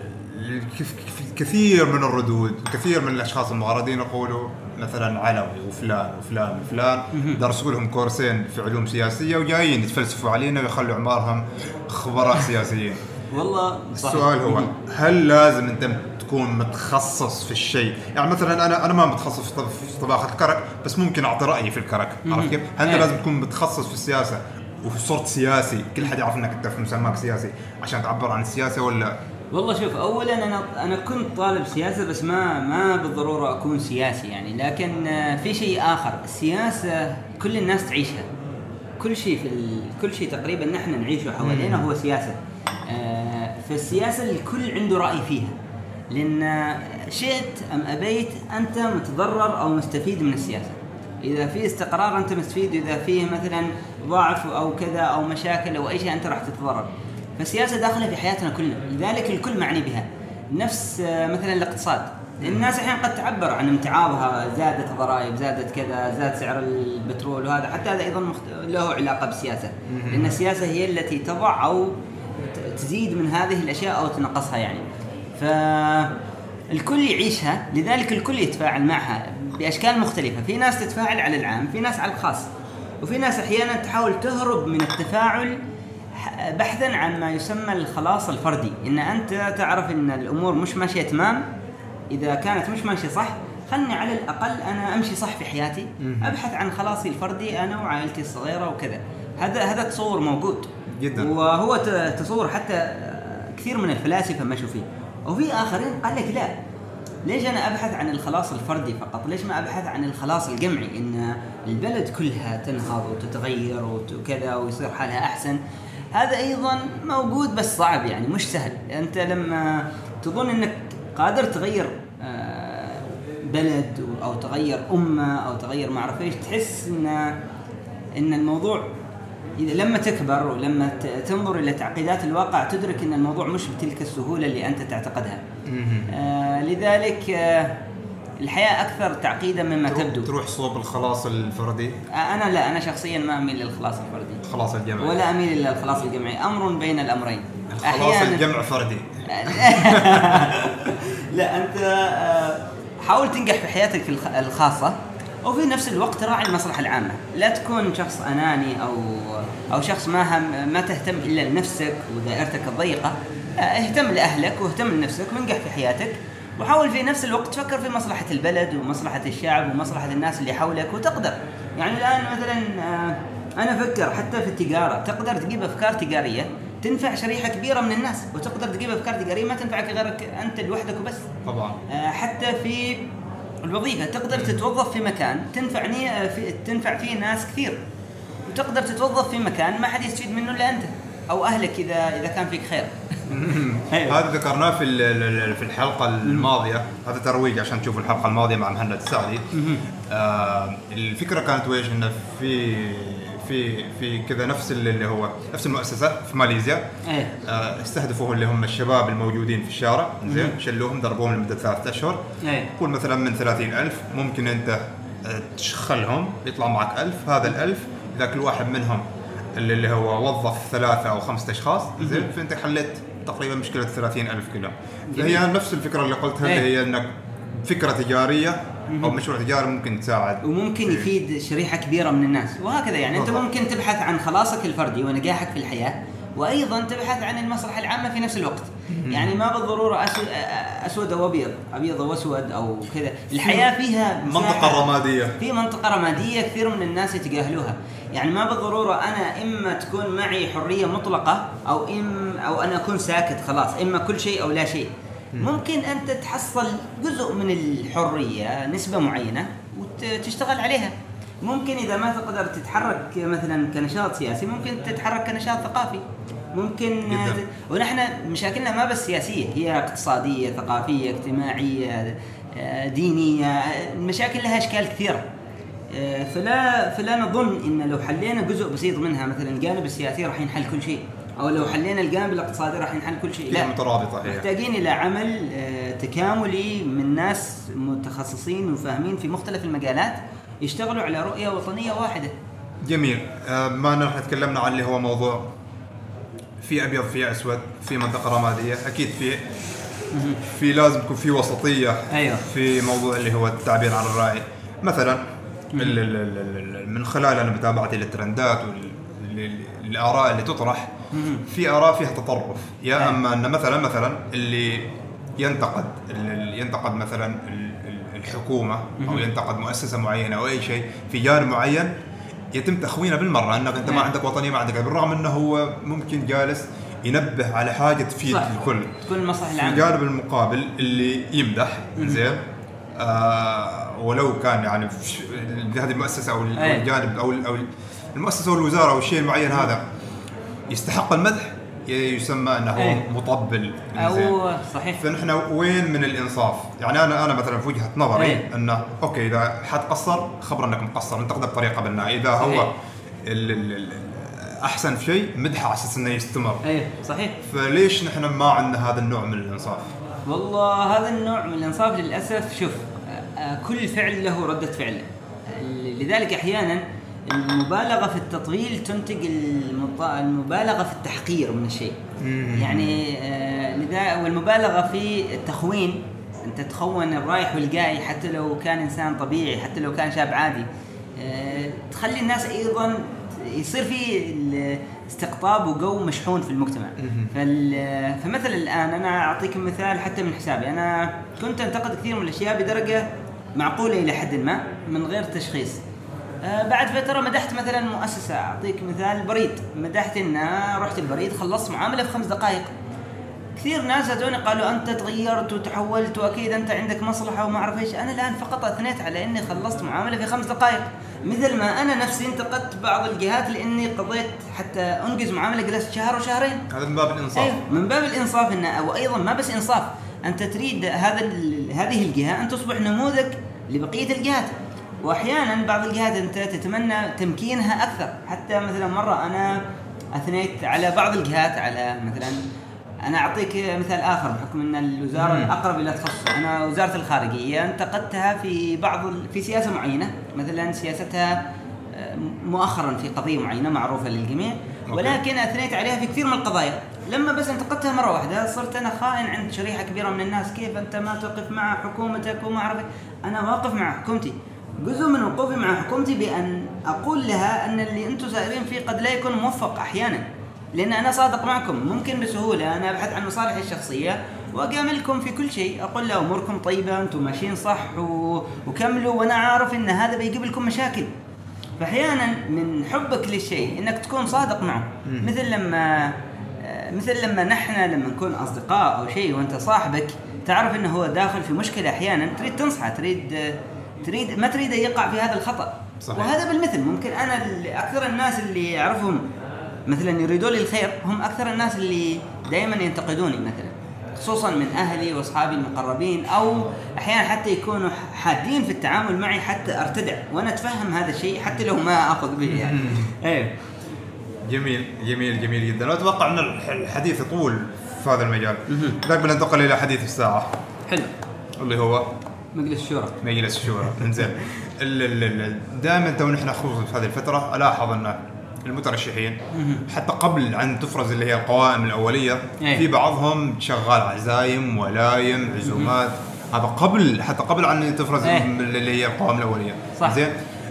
كثير من الردود، كثير من الأشخاص المعارضين يقولوا مثلا علوي وفلان وفلان وفلان درسوا لهم كورسين في علوم سياسية وجايين يتفلسفوا علينا ويخلوا عمارهم خبراء سياسيين. والله السؤال هو هل لازم أنت تكون متخصص في الشيء؟ يعني مثلا أنا أنا ما متخصص في طباخة الكرك، بس ممكن أعطي رأيي في الكرك، عرفت كيف؟ هل أنت لازم تكون متخصص في السياسة وصرت سياسي كل حد يعرف أنك أنت في مسماك سياسي عشان تعبر عن السياسة ولا؟ والله شوف، أولاً أنا أنا كنت طالب سياسة بس ما ما بالضرورة أكون سياسي يعني، لكن في شيء آخر. السياسة كل الناس تعيشها، كل شيء في ال... كل شيء تقريباً نحن نعيشه حوالينا هو سياسة. آه فالسياسة الكل عنده رأي فيها، لأن شئت أم أبيت أنت متضرر أو مستفيد من السياسة. إذا في استقرار أنت مستفيد، إذا فيه مثلا ضعف أو كذا أو مشاكل أو أي شيء أنت راح تتضرر. فالسياسة داخلة في حياتنا كلنا، لذلك الكل معني بها. نفس مثلا الاقتصاد، الناس الحين قد تعبر عن امتعاضها، زادت الضرائب، زادت كذا، زاد سعر البترول، وهذا حتى هذا أيضا له علاقة بالسياسة، لأن السياسة هي التي تضع أو تزيد من هذه الأشياء أو تنقصها يعني. فالكل يعيشها، لذلك الكل يتفاعل معها بأشكال مختلفة. في ناس تتفاعل على العام، في ناس على الخاص، وفي ناس أحيانا تحاول تهرب من التفاعل بحثا عن ما يسمى الخلاص الفردي، إن أنت تعرف إن الأمور مش ماشية تمام، إذا كانت مش ماشية صح خلني على الأقل أنا أمشي صح في حياتي، أبحث عن خلاصي الفردي أنا وعائلتي الصغيرة وكذا. هذا هذا تصور موجود جدا، وهو تصور حتى كثير من الفلاسفة مشوا فيه. وفي آخرين قال لك لا، ليش أنا أبحث عن الخلاص الفردي فقط؟ ليش ما أبحث عن الخلاص الجمعي، إن البلد كلها تنهض وتتغير وكذا ويصير حالها أحسن؟ هذا أيضا موجود بس صعب يعني، مش سهل. أنت لما تظن أنك قادر تغير بلد أو تغير أمة أو تغير ما أعرف إيش، تحس إن إن الموضوع إذا لما تكبر ولما تنظر إلى تعقيدات الواقع تدرك إن الموضوع مش بتلك السهولة اللي أنت تعتقدها. آه لذلك آه الحياة أكثر تعقيدا مما تبدو. تروح صوب الخلاص الفردي؟ أنا لا، أنا شخصيا ما أميل للخلاص الفردي، الخلاص الجمعي، ولا أميل إلى الخلاص الجمعي، أمر بين الأمرين. الخلاص الجمع فردي. لا، أنت حاول تنجح في حياتك الخاصة وفي نفس الوقت راعي المصلحة العامة. لا تكون شخص أناني أو أو شخص ما هم ما تهتم إلا لنفسك ودائرتك الضيقة. لا، اهتم لأهلك واهتم لنفسك وانجح في حياتك، وحاول في نفس الوقت تفكر في مصلحة البلد ومصلحة الشعب ومصلحة الناس اللي حولك وتقدر. يعني الآن مثلا أنا أفكر حتى في التجارة، تقدر تجيب أفكار تجارية تنفع شريحة كبيرة من الناس، وتقدر تجيب أفكار تجارية ما تنفعك غيرك أنت لوحدك وبس. طبعا. حتى في الوظيفة تقدر تتوظف في مكان تنفعني في تنفع فيه ناس كثير، وتقدر تتوظف في مكان ما حد يستفيد منه إلا أنت أو أهلك إذا إذا كان فيك خير. هذا ذكرناه في في الحلقة الماضية، هذا ترويج عشان تشوفوا الحلقة الماضية مع مهند السعدي. آه الفكرة كانت ويش إنه في في في كذا نفس اللي هو نفس المؤسسة في ماليزيا. آه استهدفوه اللي هم الشباب الموجودين في الشارع، زين، شلوهم ضربوهم لمدة ثلاثة أشهر. قول مثلا من ثلاثين ألف ممكن أنت تشخلهم يطلع معك ألف، هذا الألف إذا كل واحد منهم اللي هو وظف ثلاثة أو خمسة أشخاص، زين، فأنت حلت تقريبا مشكلة ثلاثين ألف كلها. هي نفس الفكرة اللي قلتها، اللي هي أنك فكرة تجارية أو مشروع تجاري ممكن تساعد وممكن يفيد شريحة كبيرة من الناس، وهكذا يعني. أنت ممكن تبحث عن خلاصك الفردي ونجاحك في الحياة، وأيضا تبحث عن المصلحة العامة في نفس الوقت. يعني ما بالضرورة أسود أو أبيض، أبيض وأسود أو كذا. الحياة فيها منطقة رمادية، في منطقة رمادية كثير من الناس يتجاهلوها. يعني ما بالضرورة أنا إما تكون معي حرية مطلقة أو إم أو أنا أكون ساكت خلاص، إما كل شيء أو لا شيء. ممكن أنت تحصل جزء من الحرية، نسبة معينة، وتشتغل عليها. ممكن إذا ما تقدر تتحرك مثلا كنشاط سياسي، ممكن تتحرك كنشاط ثقافي. ممكن جداً. ونحن مشاكلنا ما بس سياسية، هي اقتصادية، ثقافية، اجتماعية، دينية، المشاكل لها أشكال كثيرة. فلا فلا نظن إن لو حلينا جزء بسيط منها، مثلا الجانب السياسي راح ينحل كل شيء، أو لو حلينا الجانب الاقتصادي راح ينحل كل شيء. لا، مترابطة. هي محتاجين إلى عمل تكاملي من ناس متخصصين وفاهمين في مختلف المجالات يشتغلوا على رؤية وطنية واحدة. جميل. ما نحن تكلمنا عن اللي هو موضوع في أبيض في أسود، في منطقة رمادية، أكيد في في لازم يكون في وسطية. أيوه. في موضوع اللي هو التعبير عن الرأي مثلا. من خلال أنا متابعتي للترندات والآراء اللي تطرح، في آراء فيها تطرف، يا أما أن مثلا مثلا اللي ينتقد اللي ينتقد مثلا الحكومة أو ينتقد مؤسسة معينة أو أي شيء في جانب معين، يتم تخوينه بالمرة أنك أنت ما عندك وطنية، ما عندك، بالرغم أنه هو ممكن جالس ينبه على حاجة تفيد الكل، تكون المصلحة العامة. الجانب المقابل اللي يمدح، زين، آه ولو كان يعني هذه المؤسسة أو الجانب أو أو المؤسسة أو الوزارة أو الشيء المعين هذا يستحق المدح، يسمى انه أيه. مطبل او صحيح. فنحن وين من الانصاف؟ يعني انا انا مثلا في وجهه نظري أيه. انه اوكي اذا حد قصر خبر انك مقصر، انتقده بطريقه بناءه، اذا صحيح. هو ال ال ال احسن في شيء مدحه على اساس انه يستمر. ايه صحيح. فليش نحن ما عندنا هذا النوع من الانصاف؟ والله هذا النوع من الانصاف للاسف، شوف كل فعل له رده فعل، لذلك احيانا المبالغه في التطويل تنتج المبالغه في التحقير من الشيء. يعني لذا والمبالغه في التخوين، انت تخون الرايح والجاي حتى لو كان انسان طبيعي، حتى لو كان شاب عادي، تخلي الناس ايضا يصير في استقطاب وجو مشحون في المجتمع. فمثلا الان انا اعطيك مثال حتى من حسابي، انا كنت انتقد كثير من الاشياء بدرجه معقوله الى حد ما من غير تشخيص. بعد فتره مدحت مثلا مؤسسه، اعطيك مثال بريد، مدحت ان رحت البريد خلصت معامله في خمس دقائق. كثير ناس جوني قالوا انت تغيرت وتحولت واكيد انت عندك مصلحه وما اعرف ايش. انا الان فقط اثنيت على اني خلصت معامله في خمس دقائق، مثل ما انا نفسي انتقدت بعض الجهات لاني قضيت حتى انجز معامله جلست شهر وشهرين. هذا من باب الانصاف. أيوه من باب الانصاف، انه وايضا ما بس انصاف، انت تريد هذا هذه الجهه ان تصبح نموذج لبقيه الجهات، واحيانا بعض الجهات انت تتمنى تمكينها اكثر. حتى مثلا مره انا اثنيت على بعض الجهات، على مثلا انا اعطيك مثال اخر بحكم ان الوزاره مم. الاقرب الى تخصص، انا وزاره الخارجيه انتقدتها في بعض في سياسه معينه، مثلا سياستها مؤخرا في قضيه معينه معروفه للجميع، ولكن اثنيت عليها في كثير من القضايا. لما بس انتقدتها مره واحده صرت انا خائن عند شريحه كبيره من الناس، كيف انت ما توقف مع حكومتك وما اعرف. انا واقف مع حكومتي، جزء من وقوفي مع حكومتي بان اقول لها ان اللي انتم سائرين فيه قد لا يكون موفق احيانا، لأن أنا صادق معكم. ممكن بسهولة أنا أبحث عن مصالحي الشخصية وأجاملكم في كل شيء، أقول له أموركم طيبة، أنتم ماشيين صح و... وكملوا، وأنا عارف إن هذا بيجيب لكم مشاكل. فأحيانا من حبك للشيء إنك تكون صادق معه، مثل لما مثل لما نحن لما نكون أصدقاء أو شيء وأنت صاحبك تعرف إنه هو داخل في مشكلة، أحيانا تريد تنصحه، تريد تريد ما تريد يقع في هذا الخطأ. صحيح. وهذا بالمثل ممكن أنا أكثر الناس اللي أعرفهم مثلا يريدون لي الخير هم أكثر الناس اللي دائما ينتقدوني، مثلا خصوصا من أهلي وأصحابي المقربين، أو أحيانا حتى يكونوا حادين في التعامل معي حتى أرتدع، وأنا أتفهم هذا الشيء حتى لو ما أخذ به يعني. إيه جميل جميل جميل جدا. أتوقع أن الحديث يطول في هذا المجال، لكن ننتقل إلى حديث الساعة. حلو. اللي هو مجلس الشورى. مجلس الشورى. إنزين. دائما تو نحن خصوصا في هذه الفترة ألاحظ أن المترشحين حتى قبل أن تفرز اللي هي القوائم الأولية في بعضهم شغال عزايم ولايم عزومات، هذا قبل حتى قبل أن تفرز اللي هي القوائم الأولية. زين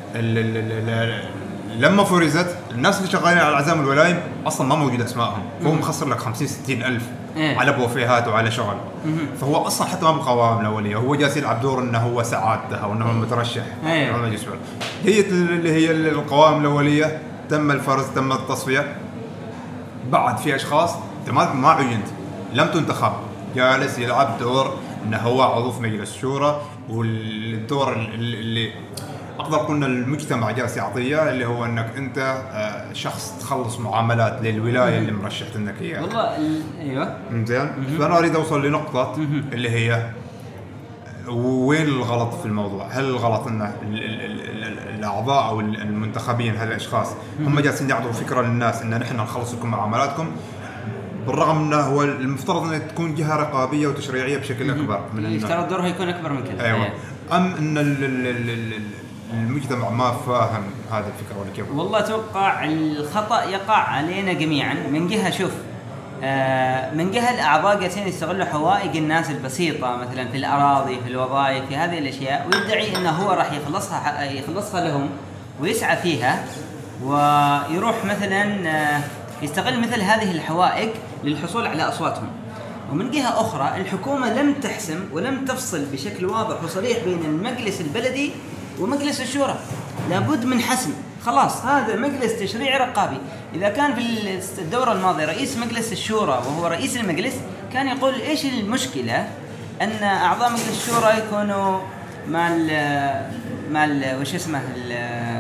لما فرزت الناس اللي شغالين على العزايم والولايم أصلا ما موجود أسمائهم، فهو مخسر لك خمسين ستين ألف على بوفيهات وعلى شغل، فهو أصلا حتى ما بالقوائم الأولية، هو جالس يلعب دور إنه هو سعادته أو إنه المترشح. هي اللي هي القوائم الأولية تم الفرز، تم التصفية، بعد في أشخاص ما ما عينت لم تنتخب جالس يلعب دور إنه هو عضو في مجلس الشورى، والدور اللي أقدر قلنا المجتمع جالس يعطيه اللي هو إنك أنت شخص تخلص معاملات للولاية اللي مرشحت إنك إياها. والله أيوة. زين. فأنا أريد أوصل لنقطة اللي هي وين الغلط في الموضوع؟ هل الغلط ان الاعضاء او المنتخبين هذه الاشخاص هم جالسين يعطوا فكره للناس ان نحن نخلص لكم معاملاتكم، بالرغم انه هو المفترض ان تكون جهه رقابيه وتشريعيه بشكل اكبر من انه يفترض دورها يكون اكبر من كذا. ايوه. ام ان المجتمع ما فاهم هذه الفكره ولا كيف؟ والله اتوقع الخطا يقع علينا جميعا من جهه. شوف من جهة الأعضاء جالسين يستغلوا حوائج الناس البسيطة مثلا في الأراضي في الوظائف في هذه الأشياء، ويدعي أنه هو راح يخلصها يخلصها لهم ويسعى فيها، ويروح مثلا يستغل مثل هذه الحوائج للحصول على أصواتهم. ومن جهة أخرى الحكومة لم تحسم ولم تفصل بشكل واضح وصريح بين المجلس البلدي ومجلس الشورى، لابد من حسم. خلاص هذا مجلس تشريعي رقابي. إذا كان في الدورة الماضية رئيس مجلس الشورى وهو رئيس المجلس كان يقول إيش المشكلة أن أعضاء مجلس الشورى يكونوا مع ال مع ال وش اسمه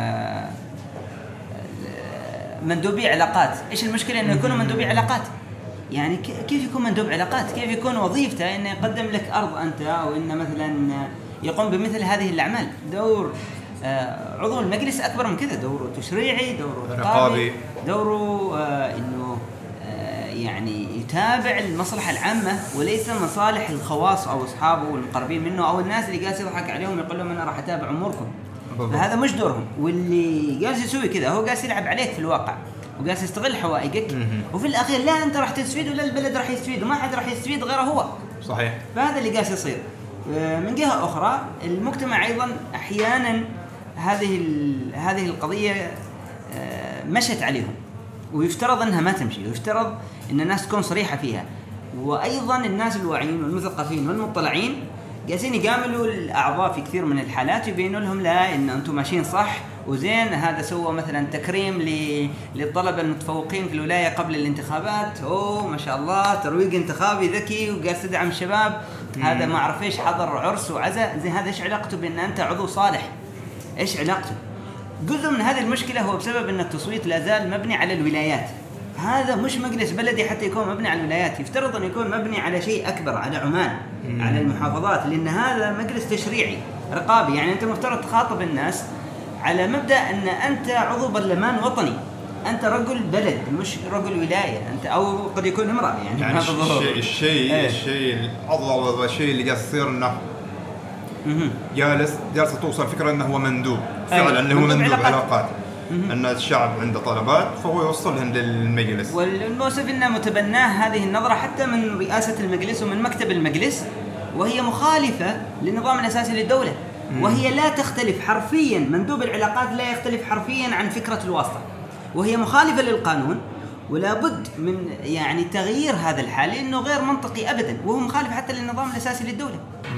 مندوبي علاقات. إيش المشكلة إنه يكونوا مندوبي علاقات؟ يعني كيف يكون مندوب علاقات؟ كيف يكون وظيفته انه يقدم لك ارض انت، او انه مثلا يقوم بمثل هذه الاعمال؟ دور آه عضو المجلس اكبر من كذا، دوره تشريعي، دوره رقابي، دوره آه انه آه يعني يتابع المصلحه العامه وليس مصالح الخواص او اصحابه والمقربين منه او الناس اللي جالس يضحك عليهم يقول لهم انا راح اتابع اموركم. فهذا مش دورهم، واللي جالس يسوي كذا هو جالس يلعب عليك في الواقع وقاس يستغل حوائجك، وفي الاخير لا انت راح تستفيد ولا البلد راح يستفيد، وما حد راح يستفيد غيره هو. صحيح. فهذا اللي قاس يصير. من جهه اخرى المجتمع ايضا احيانا هذه هذه القضيه مشت عليهم، ويفترض انها ما تمشي، ويفترض ان الناس تكون صريحه فيها. وايضا الناس الواعيين والمثقفين والمطلعين جالسين يجاملوا الاعضاء في كثير من الحالات، يبينوا لهم لا ان انتم ماشيين صح وزين. هذا سوى مثلا تكريم للطلبه المتفوقين في الولايه قبل الانتخابات، اوه ما شاء الله ترويج انتخابي ذكي وقاعد تدعم الشباب. هذا ما اعرف ايش حضر عرس وعزاء، زين هذا ايش علاقته بان انت عضو صالح؟ ايش علاقته؟ جزء من هذه المشكله هو بسبب ان التصويت لا زال مبني على الولايات. هذا مش مجلس بلدي حتى يكون مبني على الولايات، يفترض أن يكون مبني على شيء أكبر، على عمان، مم. على المحافظات، لأن هذا مجلس تشريعي رقابي. يعني أنت مفترض تخاطب الناس على مبدأ أن أنت عضو برلمان وطني، أنت رجل بلد مش رجل ولاية، أنت أو قد يكون امرأة. يعني, يعني الشيء الشيء ايه. الشيء الأضرب الشيء اللي جالس يصير إنه جالس جالس توصل فكرة إنه هو مندوب فعلا، إنه هو مندوب علاقات، أن الشعب عنده طلبات فهو يوصلهن للمجلس. والمؤسف أنه متبناه هذه النظرة حتى من رئاسة المجلس ومن مكتب المجلس، وهي مخالفة للنظام الأساسي للدولة، وهي لا تختلف حرفيا، مندوب العلاقات لا يختلف حرفيا عن فكرة الواسطة، وهي مخالفة للقانون، ولا بد من يعني تغيير هذا الحال لأنه غير منطقي أبدا، وهو مخالف حتى للنظام الأساسي للدولة.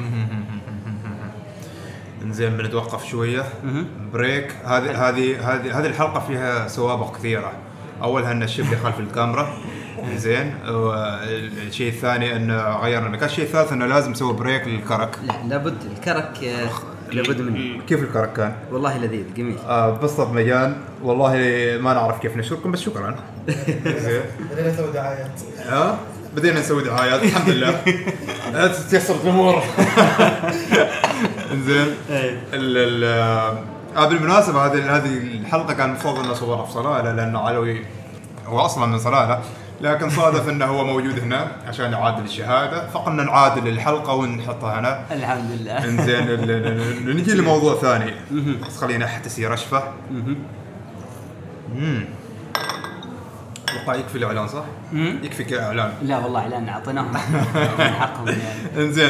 إنزين بنتوقف شوية بريك. هذه هذه هذه هذه الحلقة فيها سوابق كثيرة. أولها أن الشبل خلف الكاميرا، إنزين. الشيء الثاني أن غيرنا المكان. الشيء الثالث أنه لازم نسوي بريك للكرك. لا لابد الكرك لابد منه. كيف الكرك كان؟ والله لذيذ جميل. آه بسط مجان والله ما نعرف كيف نشكركم بس شكرا. بدينا نسوي دعايات. ها بدينا نسوي دعايات الحمد لله. تيسرت الأمور. إنزين. ال ال بالمناسبة هذه هذه الحلقة كان المفروض أن نصورها في صلالة لأن علوي هو أصلاً من صلالة، لكن صادف أنه هو موجود هنا عشان يعادل الشهادة، فقلنا نعادل الحلقة ونحطها هنا. الحمد لله. إنزين نجي لموضوع ثاني بس خلينا أحتسي رشفة. امم اتوقع يكفي الاعلان صح؟ مم. يكفي كاعلان. لا والله اعلان اعطيناهم حقهم يعني. انزين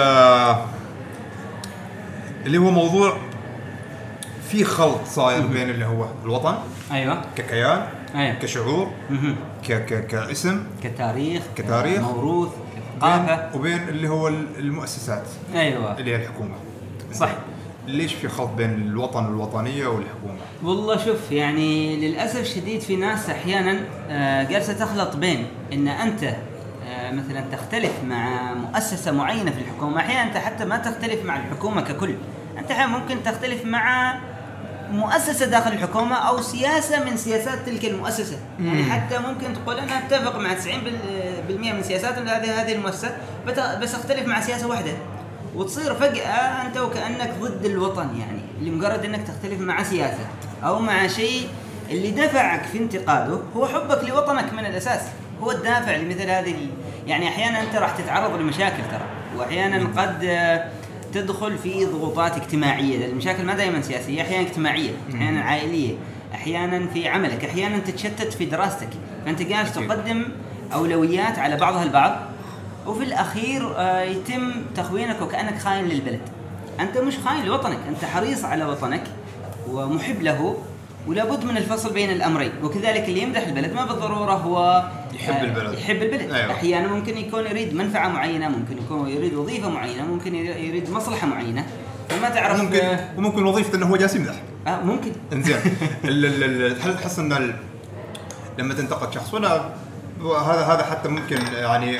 اللي هو موضوع في خلط صاير بين اللي هو الوطن ايوه ككيان أيوة. كشعور ك ك كاسم كتاريخ كتاريخ موروث كثقافه، وبين اللي هو المؤسسات ايوه اللي هي الحكومه. صح. ليش في خلط بين الوطن والوطنيه والحكومه؟ والله شوف يعني للاسف شديد في ناس احيانا جالسه تخلط بين ان انت مثلا تختلف مع مؤسسه معينه في الحكومه، احيانا انت حتى ما تختلف مع الحكومه ككل، انت احيانا ممكن تختلف مع مؤسسه داخل الحكومه او سياسه من سياسات تلك المؤسسه. مم. يعني حتى ممكن تقول انا اتفق مع تسعين بالمئة من سياسات هذه هذه المؤسسه بس اختلف مع سياسه واحده، وتصير فجأة أنت وكأنك ضد الوطن، يعني لمجرد أنك تختلف مع سياسة أو مع شيء اللي دفعك في انتقاده هو حبك لوطنك من الأساس، هو الدافع لمثل هذه. يعني أحيانا أنت راح تتعرض لمشاكل ترى، وأحيانا قد تدخل في ضغوطات اجتماعية، المشاكل ما دائما سياسية، أحيانا اجتماعية، أحيانا عائلية، أحيانا في عملك، أحيانا تتشتت في دراستك، فأنت جالس تقدم أولويات على بعضها البعض، وفي الأخير يتم تخوينك وكأنك خاين للبلد. أنت مش خاين لوطنك، أنت حريص على وطنك ومحب له، ولا بد من الفصل بين الأمرين. وكذلك اللي يمدح البلد ما بالضرورة هو يحب البلد. يحب البلد. أيوة. أحيانا ممكن يكون يريد منفعة معينة، ممكن يكون يريد وظيفة معينة، ممكن يريد مصلحة معينة، فما تعرف. ممكن وممكن وظيفته إنه هو جالس يمدح. آه ممكن. إنزين. هل تحس إن لما تنتقد شخص ولا هذا هذا حتى ممكن يعني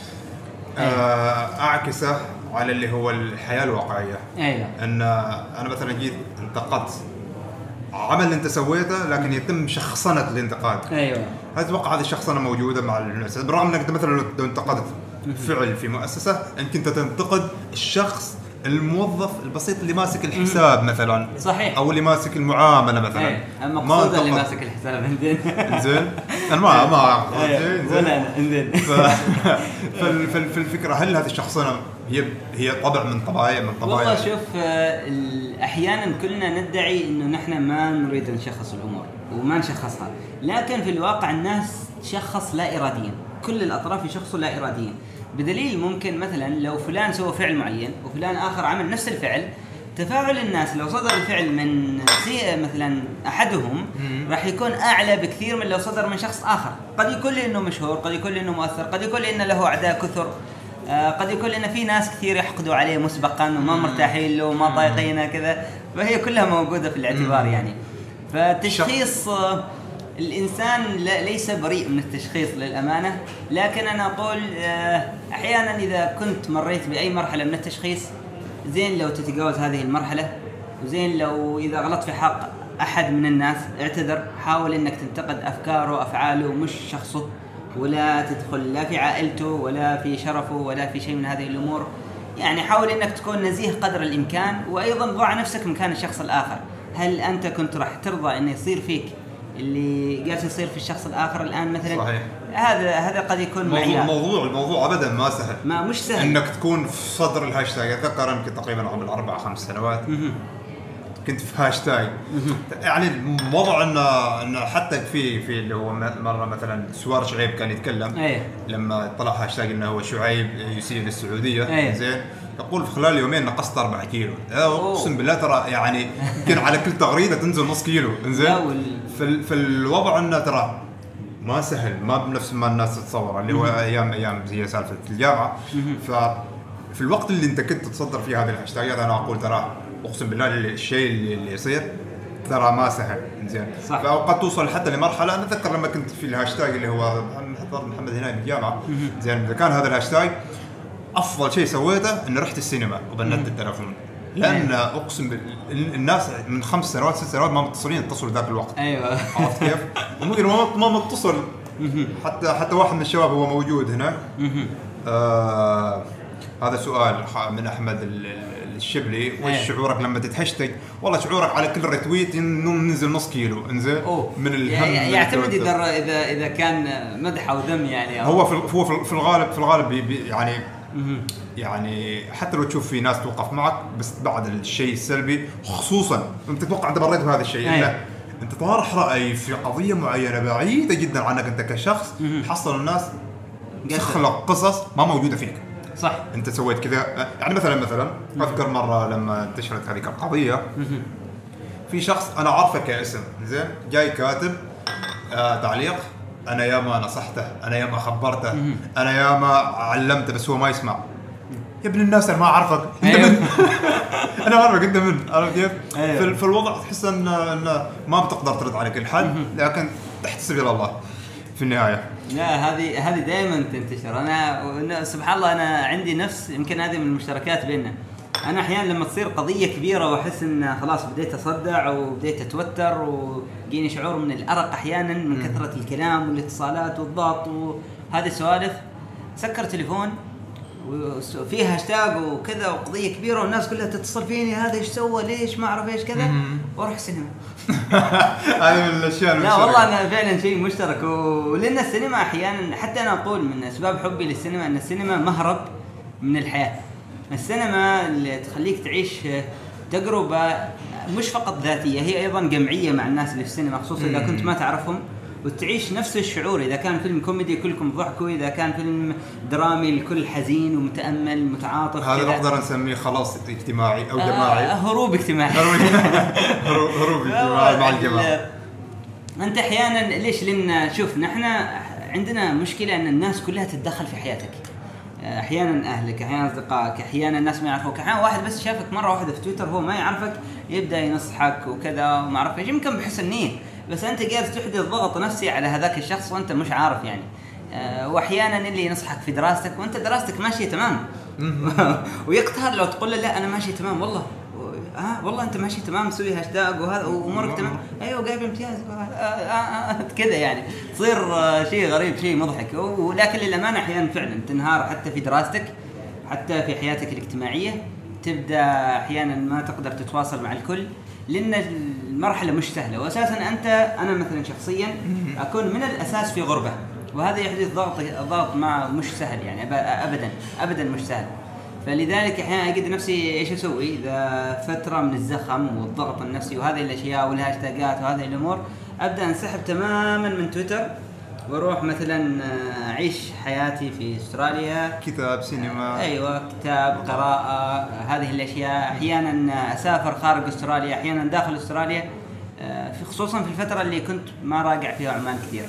أعكسه على اللي هو الحياة الواقعية. أيوة. أن أنا مثلا جيت انتقدت عمل انت سويته لكن يتم شخصنه الانتقاد. ايوه اتوقع هذه الشخصنه موجوده مع الناس، بالرغم انك مثلا لو انتقدت فعل في مؤسسه انك انت تنتقد الشخص الموظف البسيط اللي ماسك الحساب مثلا، صحيح، او اللي ماسك المعامله مثلا. ايه. اما مقصود اللي ماسك الحساب عندنا زين انا ما ما زين زين في الفكره هل هذه الشخصنه هي هي طبع من طبايع من طبايع والله شوف احيانا كلنا ندعي انه نحن ما نريد نشخص الامور وما نشخصها، لكن في الواقع الناس تشخص لا اراديا، كل الاطراف يشخصوا لا اراديا، بدليل ممكن مثلا لو فلان سوى فعل معين وفلان آخر عمل نفس الفعل، تفاعل الناس لو صدر الفعل من مثلا أحدهم راح يكون أعلى بكثير من لو صدر من شخص آخر. قد يكون لأنه مشهور، قد يكون لأنه مؤثر، قد يكون لأنه له أعداء كثر، قد يكون لأن في ناس كثير يحقدوا عليه مسبقا وما مرتاحين له وما طايقينه كذا، فهي كلها موجودة في الاعتبار يعني. فالتشخيص الإنسان ليس بريء من التشخيص للأمانة، لكن أنا أقول أحيانا إذا كنت مريت بأي مرحلة من التشخيص زين لو تتجاوز هذه المرحلة، وزين لو إذا غلط في حق أحد من الناس اعتذر، حاول أنك تنتقد أفكاره وأفعاله مش شخصه، ولا تدخل لا في عائلته ولا في شرفه ولا في شيء من هذه الأمور. يعني حاول أنك تكون نزيه قدر الإمكان، وأيضا ضع نفسك مكان الشخص الآخر. هل أنت كنت راح ترضى أن يصير فيك اللي جالس يصير في الشخص الآخر الآن مثلا؟ صحيح. هذا هذا قد يكون موضوع موضوع الموضوع أبدا ما سهل، ما مش سهل إنك تكون في صدر الهاشتاج. أتذكر يمكن تقريبا قبل أربع خمس سنوات كنت في هاشتاج، يعني الوضع إنه إنه حتى في في اللي هو مرة مثلا سوار شعيب كان يتكلم أيه. لما طلع هاشتاج إنه هو شعيب يسير للسعودية. أيه. زين يقول في خلال يومين نقصت أربعة كيلو. أقسم بالله ترى يعني يمكن على كل تغريدة تنزل نص كيلو. إنزين في في الوضع إنه ترى ما سهل، ما بنفس ما الناس تتصور، اللي هو أيام أيام زي سالفة الجامعة. ففي الوقت اللي أنت كنت تصدر فيه هذه الهاشتاجات أنا أقول ترى أقسم بالله الشيء اللي, اللي يصير ترى ما سهل. إنزين فقد توصل حتى لمرحلة. أنا أتذكر لما كنت في الهاشتاج اللي هو حضرت محمد هناي بالجامعة. زين إذا كان هذا الهاشتاج أفضل شيء سويته إن رحت السينما وبنت التلفون، لأن أقسم الناس من خمس سنوات ست سنوات ما متصلين اتصلوا ذاك الوقت. أيوة عرفت كيف؟ وممكن ما ما متصل حتى حتى واحد من الشباب هو موجود هنا. آه هذا سؤال من أحمد الشبلي، وش شعورك لما تتهشتج؟ والله شعورك على كل ريتويت إنه ننزل نص كيلو انزل من الهم. يعتمد إذا إذا إذا كان مدح أو ذم يعني. هو في هو في الغالب في الغالب يعني يعني حتى لو تشوف في ناس توقف معك بس بعد الشيء السلبي، خصوصا انت تتوقع انت مريت بهذا الشيء انه انت طارح راي في قضيه معينه بعيده جدا عنك انت كشخص، حصل الناس تخلق قصص ما موجوده فيك. صح انت سويت كذا. يعني مثلا مثلا اذكر مره لما انتشرت هذه القضيه في شخص انا عارفه كاسم زين جاي كاتب آه تعليق أنا ياما نصحته، أنا ياما خبرته، أنا ياما علمته بس هو ما يسمع. يا ابن الناس أنا ما أعرفك أنت من أنا ما أعرفك أنت من عرفت كيف؟ في الوضع تحس إن إن ما بتقدر ترد على كل حد، لكن تحتسب إلى الله في النهاية. لا هذه هذه دائما تنتشر. أنا سبحان الله أنا عندي نفس يمكن هذه من المشتركات بيننا. أنا أحيانا لما تصير قضية كبيرة وأحس إن خلاص بديت أصدع وبديت أتوتر وجيني شعور من الأرق أحيانا من كثرة الكلام والاتصالات والضغط وهذه السوالف، سكر تليفون وفيها هاشتاج وكذا وقضية كبيرة والناس كلها تتصل فيني هذا إيش سوى ليش ما أعرف إيش كذا، وأروح السينما. هذه من الأشياء لا والله أنا فعلا شيء مشترك. ولأن السينما أحيانا حتى أنا أقول من أسباب حبي للسينما أن السينما مهرب من الحياة. السينما اللي تخليك تعيش تجربة مش فقط ذاتية، هي أيضا جمعية مع الناس اللي في السينما، خصوصا إذا كنت ما تعرفهم، وتعيش نفس الشعور. إذا كان فيلم كوميدي كلكم ضحكوا، إذا كان فيلم درامي الكل حزين ومتأمل متعاطف. هذا نقدر نسميه خلاص اجتماعي أو جماعي. آه هروب اجتماعي. هروب اجتماعي مع الجماعة. أنت أحيانا ليش؟ لأن شوف نحن عندنا مشكلة أن الناس كلها تتدخل في حياتك. احيانا اهلك، احيانا اصدقائك، احيانا الناس ما يعرفوك، احيانا واحد بس شافك مره واحده في تويتر هو ما يعرفك يبدا ينصحك وكذا وما اعرف ايش، يمكن بحسن نيه بس انت جالس تحدث ضغط نفسي على هذاك الشخص وانت مش عارف يعني. أه واحيانا اللي ينصحك في دراستك وانت دراستك ماشيه تمام ويقتهر لو تقول له لا انا ماشي تمام والله اه والله انت ماشي تمام مسوي هاشتاج وهذا وامورك تمام ايوه جايب امتياز آه آه آه كذا يعني تصير آه شيء غريب شيء مضحك. ولكن للامانه احيانا فعلا تنهار حتى في دراستك حتى في حياتك الاجتماعيه، تبدا احيانا ما تقدر تتواصل مع الكل لان المرحله مش سهله. واساسا انت انا مثلا شخصيا اكون من الاساس في غربه، وهذا يحدث ضغط ضغط ما مش سهل يعني ابدا ابدا مش سهل. فلذلك احيانا اجد نفسي ايش اسوي اذا فتره من الزخم والضغط النفسي وهذه الاشياء والهاشتاجات وهذه الامور، ابدا انسحب تماما من تويتر واروح مثلا اعيش حياتي في استراليا، كتاب، سينما، ايوه كتاب، قراءه، هذه الاشياء. احيانا اسافر خارج استراليا، احيانا داخل استراليا، في خصوصا في الفتره اللي كنت ما راجع فيها عمان كثير.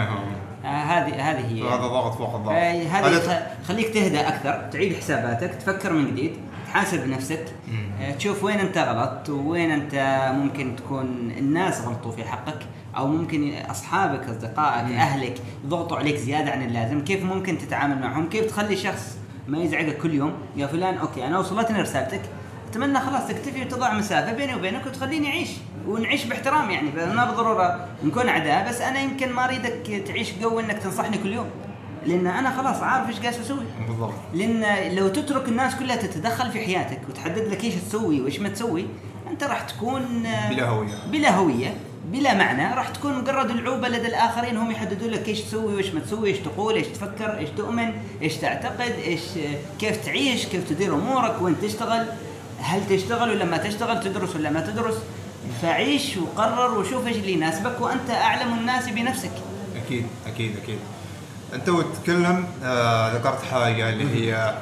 هذه هذه هي هذا ضغط فوق الضغط. هذه خليك تهدى اكثر، تعيد حساباتك، تفكر من جديد، تحاسب نفسك، تشوف وين انت غلط وين انت ممكن تكون الناس غلطوا في حقك، او ممكن اصحابك، اصدقائك، مم. اهلك يضغطوا عليك زياده عن اللازم. كيف ممكن تتعامل معهم؟ كيف تخلي شخص ما يزعجك كل يوم؟ يا فلان اوكي انا وصلتني رسالتك، اتمنى خلاص تكتفي وتضع مسافه بيني وبينك وتخليني اعيش ونعيش باحترام. يعني ما بالضروره نكون اعداء، بس انا يمكن ما اريدك تعيش جو انك تنصحني كل يوم، لان انا خلاص عارف ايش قاعد اسوي بالضبط. لان لو تترك الناس كلها تتدخل في حياتك وتحدد لك ايش تسوي وايش ما تسوي، انت راح تكون بلا هويه بلا هويه بلا معنى، راح تكون مجرد العوبه لدى الاخرين، هم يحددوا لك ايش تسوي وايش ما تسوي، ايش تقول، ايش تفكر، ايش تؤمن، ايش تعتقد، ايش كيف تعيش، كيف تدير امورك، وين تشتغل، هل تشتغل ولا ما تشتغل، تدرس ولا ما تدرس. فعيش وقرر وشوف ايش اللي يناسبك، وانت اعلم الناس بنفسك. اكيد اكيد اكيد. انت وتتكلم آه ذكرت حاجه اللي هي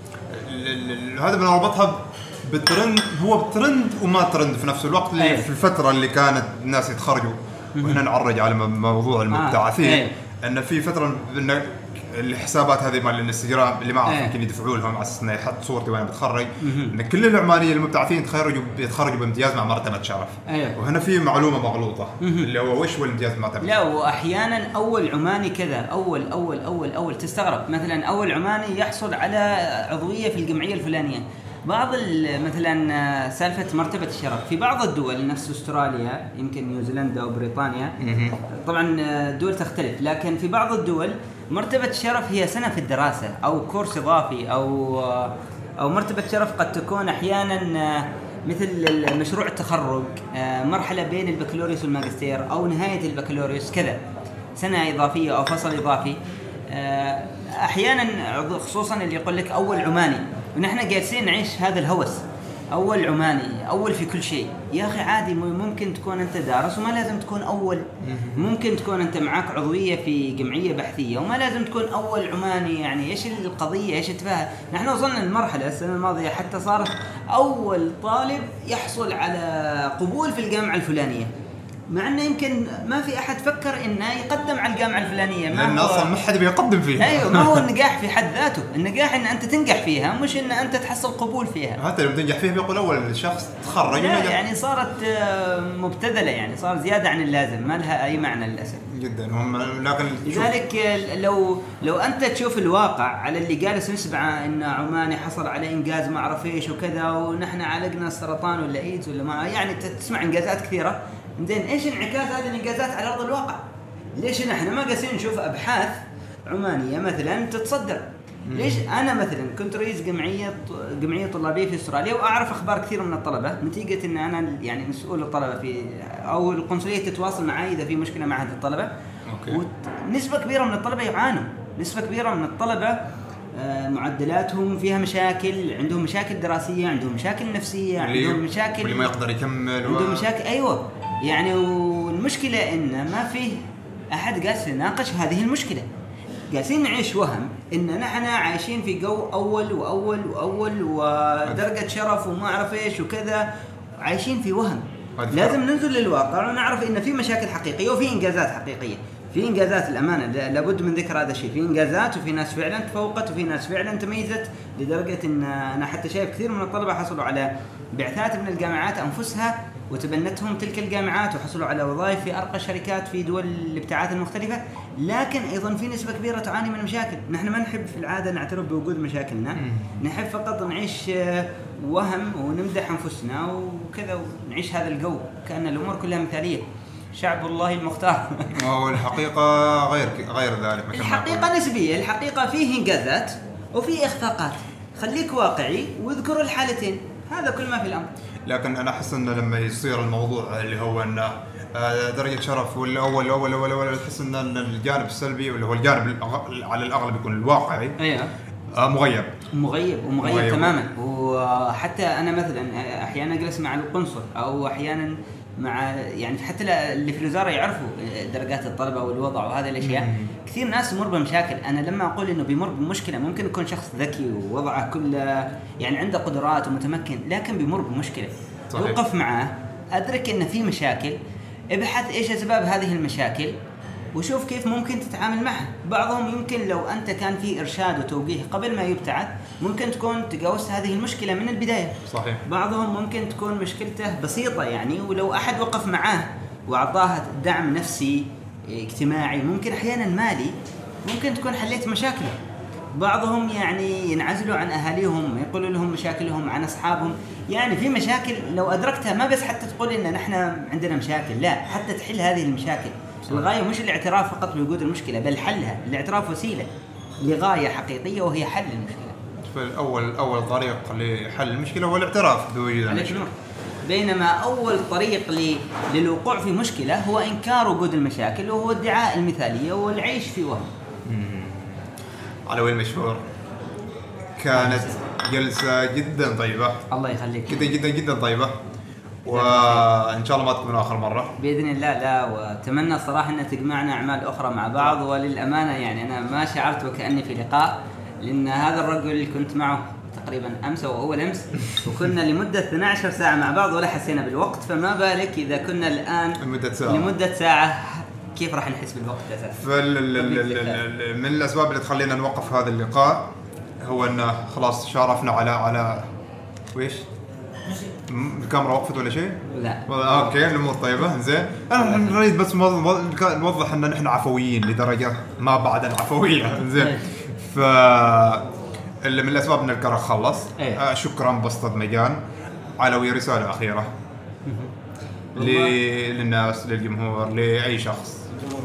هذا بنربطها بالترند، هو بترند وما ترند في نفس الوقت. اللي في الفتره اللي كانت الناس يتخرجوا، وهنا نعرج على موضوع المبتعثين، آه. ان في فتره ان الحسابات هذه مال الانستغرام اللي ما اعرف يمكن يدفعوا لهم على اساس انه يحط صورتي وانا بتخرج، ان كل العمانيين المبتعثين يتخرجوا يتخرجوا بامتياز مع مرتبه شرف. أيه. وهنا في معلومه مغلوطه اللي هو وش هو الامتياز مرتبه؟ لا، واحيانا اول عماني كذا اول اول اول اول تستغرب، مثلا اول عماني يحصل على عضويه في الجمعيه الفلانيه. بعض مثلا سالفه مرتبه الشرف في بعض الدول نفس استراليا، يمكن نيوزيلندا وبريطانيا، طبعا الدول تختلف، لكن في بعض الدول مرتبة الشرف هي سنة في الدراسة أو كورس إضافي أو أو مرتبة شرف قد تكون أحيانا مثل مشروع التخرج، مرحلة بين البكالوريوس والماجستير أو نهاية البكالوريوس، كذا سنة إضافية أو فصل إضافي. أحيانا خصوصا اللي يقول لك أول عماني، ونحن جالسين نعيش هذا الهوس، أول عماني، أول في كل شيء. يا أخي عادي، ممكن تكون أنت دارس وما لازم تكون أول، ممكن تكون أنت معك عضوية في جمعية بحثية وما لازم تكون أول عماني. يعني إيش القضية؟ إيش التفاهة؟ نحن وصلنا للمرحلة السنة الماضية حتى صارت أول طالب يحصل على قبول في الجامعة الفلانية، مع انه يمكن ما في احد فكر انه يقدم على الجامعه الفلانيه، ما لأن اصلا ما حد بيقدم فيها. ايوه، ما هو النجاح في حد ذاته، النجاح ان انت تنجح فيها مش ان انت تحصل قبول فيها. حتى لو تنجح فيها بيقول اول شخص تخرج. يعني صارت مبتذله، يعني صار زياده عن اللازم، ما لها اي معنى للاسف جدا. هم لكن لذلك لو لو انت تشوف الواقع على اللي جالس نسمع ان عماني حصل على انجاز ما اعرف ايش وكذا، ونحن عالجنا السرطان ولا ايدز ولا ما، يعني تسمع انجازات كثيره، زين ايش انعكاس هذه الانجازات على ارض الواقع؟ ليش نحن ما قاعدين نشوف ابحاث عمانيه مثلا تتصدر؟ ليش انا مثلا كنت رئيس جمعيه جمعيه طلابيه في استراليا، واعرف اخبار كثير من الطلبه نتيجه ان انا يعني مسؤول الطلبه في، او القنصليه تتواصل معي اذا في مشكله مع هذه الطلبه. اوكي. ونسبه كبيره من الطلبه يعانوا، نسبه كبيره من الطلبه معدلاتهم فيها مشاكل، عندهم مشاكل دراسيه، عندهم مشاكل نفسيه، عندهم مشاكل اللي ما يقدر يكمل، عندهم و... مشاكل. ايوه يعني، والمشكله ان ما فيه احد قاعد يناقش هذه المشكله. قاعدين نعيش وهم ان نحن عايشين في جو اول واول واول ودرجه شرف وما اعرف ايش وكذا، عايشين في وهم. لازم ننزل للواقع ونعرف ان في مشاكل حقيقيه وفي انجازات حقيقيه. في انجازات الامانه لابد من ذكر هذا الشيء، في انجازات وفي ناس فعلا تفوقت وفي ناس فعلا تميزت، لدرجه ان انا حتى شايف كثير من الطلبه حصلوا على بعثات من الجامعات انفسها وتبنتهم تلك الجامعات وحصلوا على وظائف في أرقى الشركات في دول الابتعاث المختلفة، لكن أيضا في نسبة كبيرة تعاني من مشاكل. نحن ما نحب في العادة نعترف بوجود مشاكلنا، نحب فقط نعيش وهم ونمدح أنفسنا وكذا ونعيش هذا الجو كأن الأمور كلها مثالية. شعب الله المختار. والحقيقة غير غير ذلك. الحقيقة نسبية، الحقيقة فيه إنجازات وفيه إخفاقات. خليك واقعي واذكر الحالتين، هذا كل ما في الأمر. لكن أنا أحس إن لما يصير الموضوع اللي هو إنه درجة شرف والأول الأول الأول الأول تحس إن الجانب السلبي واللي هو الجانب على الأغلب يكون الواقعي. أيوه. مغيب. مغيب ومغيب مغيب. تماما. وحتى أنا مثلا أحيانا أجلس مع القنصل أو أحيانا مع يعني حتى اللي في الوزارة يعرفوا درجات الطلبة والوضع وهذه الأشياء. مم. كثير ناس يمر بمشاكل. أنا لما أقول إنه بيمر بمشكلة ممكن يكون شخص ذكي ووضعه كله يعني عنده قدرات ومتمكن، لكن بيمر بمشكلة. صحيح. وقف معاه، أدرك إنه في مشاكل، ابحث إيش أسباب هذه المشاكل وشوف كيف ممكن تتعامل معها. بعضهم يمكن لو أنت كان في إرشاد وتوجيه قبل ما يبتعث ممكن تكون تجاوزت هذه المشكلة من البداية. صحيح. بعضهم ممكن تكون مشكلته بسيطة يعني، ولو أحد وقف معاه وأعطاه دعم نفسي اجتماعي ممكن أحيانا مالي ممكن تكون حليت مشاكله. بعضهم يعني ينعزلوا عن أهاليهم، يقولوا لهم مشاكلهم عن أصحابهم. يعني في مشاكل لو أدركتها ما بس حتى تقول إن نحن عندنا مشاكل، لا، حتى تحل هذه المشاكل. الغاية مش الاعتراف فقط بوجود المشكلة بل حلها. الاعتراف وسيلة لغاية حقيقية وهي حل المشكلة. فالأول أول طريق لحل المشكلة هو الاعتراف بوجود المشكلة، بينما أول طريق للوقوع في مشكلة هو إنكار وجود المشاكل وهو ادعاء المثالية والعيش في وهم. على وين مشهور كانت جلسة جدا طيبة. الله يخليك. جدا جدا جدا طيبة، وإن شاء الله ما تكون آخر مرة بإذن الله. لا، وأتمنى صراحة أن تجمعنا أعمال أخرى مع بعض. وللأمانة يعني أنا ما شعرت وكأني في لقاء، لأن هذا الرجل اللي كنت معه تقريبا أمس أو أول أمس وكنا لمدة اثنتي عشرة ساعة مع بعض ولا حسينا بالوقت، فما بالك إذا كنا الآن لمدة ساعة. لمدة ساعة كيف راح نحس بالوقت أساسا؟ من الأسباب اللي تخلينا نوقف هذا اللقاء هو أنه خلاص شارفنا على على ويش؟ الكاميرا وقفت ولا شيء؟ لا. اوكي الامور طيبه. زين، انا نريد بس نوضح ان نحن عفويين لدرجه ما بعد العفويه. زين، ف اللي من الاسباب ان الكرك خلص. آه شكرا بسطة مجان. علوي رساله اخيره للناس، للجمهور، لاي شخص.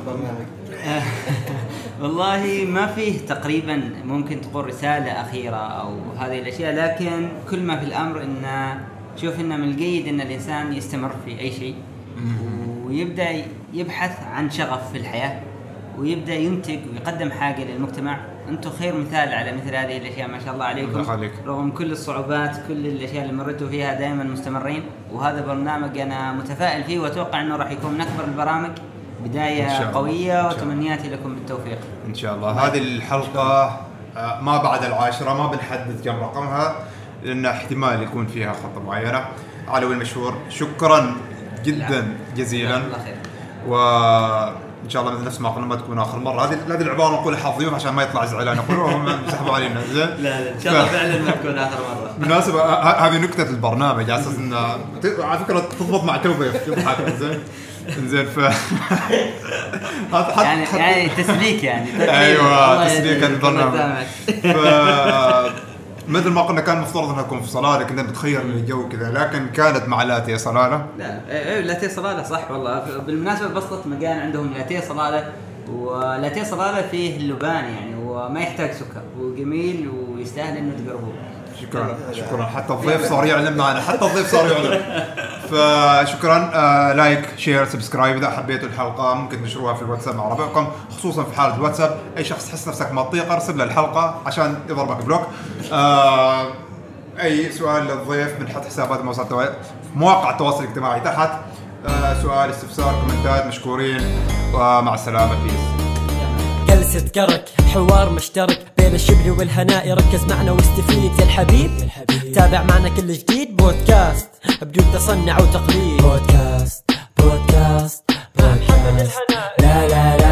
والله ما فيه تقريبا ممكن تقول رسالة أخيرة أو هذه الأشياء، لكن كل ما في الأمر إن شوف إن من الجيد إن الإنسان يستمر في أي شيء ويبدأ يبحث عن شغف في الحياة ويبدأ ينتج ويقدم حاجة للمجتمع. أنتم خير مثال على مثل هذه الأشياء، ما شاء الله عليكم. رغم كل الصعوبات كل الأشياء اللي مرتوا فيها دائما مستمرين، وهذا برنامج أنا متفائل فيه وأتوقع أنه راح يكون من أكبر البرامج. بداية قوية وتمنياتي لكم بالتوفيق إن شاء الله. هذه الحلقة ما بعد العاشرة، ما بنحدد كم رقمها لأن احتمال يكون فيها خطة معينة. علوي المشهور شكرا جدا جزيلا، وإن شاء الله مثل نفس ما قلنا ما تكون آخر مرة. هذه هذه العبارة نقولها حظ ضيوف عشان ما يطلع زعلان يقولوا هم يسحبوا علينا. زين، لا لا إن شاء الله فعلا ما تكون آخر مرة. بالمناسبة هذه نكتة البرنامج على أساس إن على فكرة تضبط مع كل ضيف يضحك. زين انزين ف يعني يعني تسليك يعني ايوه تسليك البرنامج. ف مثل ما قلنا كان مفترض انها تكون في صلاله، كنا بتخير الجو كذا، لكن كانت مع لاتيه صلاله. لا ايوه لاتيه صلاله صح والله. بالمناسبه بسطة مكان عندهم لاتيه صلاله، ولاتيه صلاله فيه اللبان يعني وما يحتاج سكر وجميل ويستاهل انه تقربوه. شكرا شكرا. حتى الضيف صار يعلم معنا، حتى الضيف صار يعلم. فشكرا. آه لايك شير سبسكرايب اذا حبيتوا الحلقه. ممكن تنشروها في الواتساب مع ربعكم، خصوصا في حاله الواتساب. اي شخص تحس نفسك ما تطيق ارسل له الحلقه عشان يضربك بلوك. آه اي سؤال للضيف بنحط حسابات مواقع التواصل الاجتماعي تحت. آه سؤال استفسار كومنتات مشكورين، ومع السلامه. بيس. جلسة كرك حوار مشترك بين الشبل والهناء، ركز معنا واستفيد يا الحبيب. تابع معنا كل جديد بودكاست بدون تصنع وتقليد. بودكاست بودكاست بودكاست لا لا لا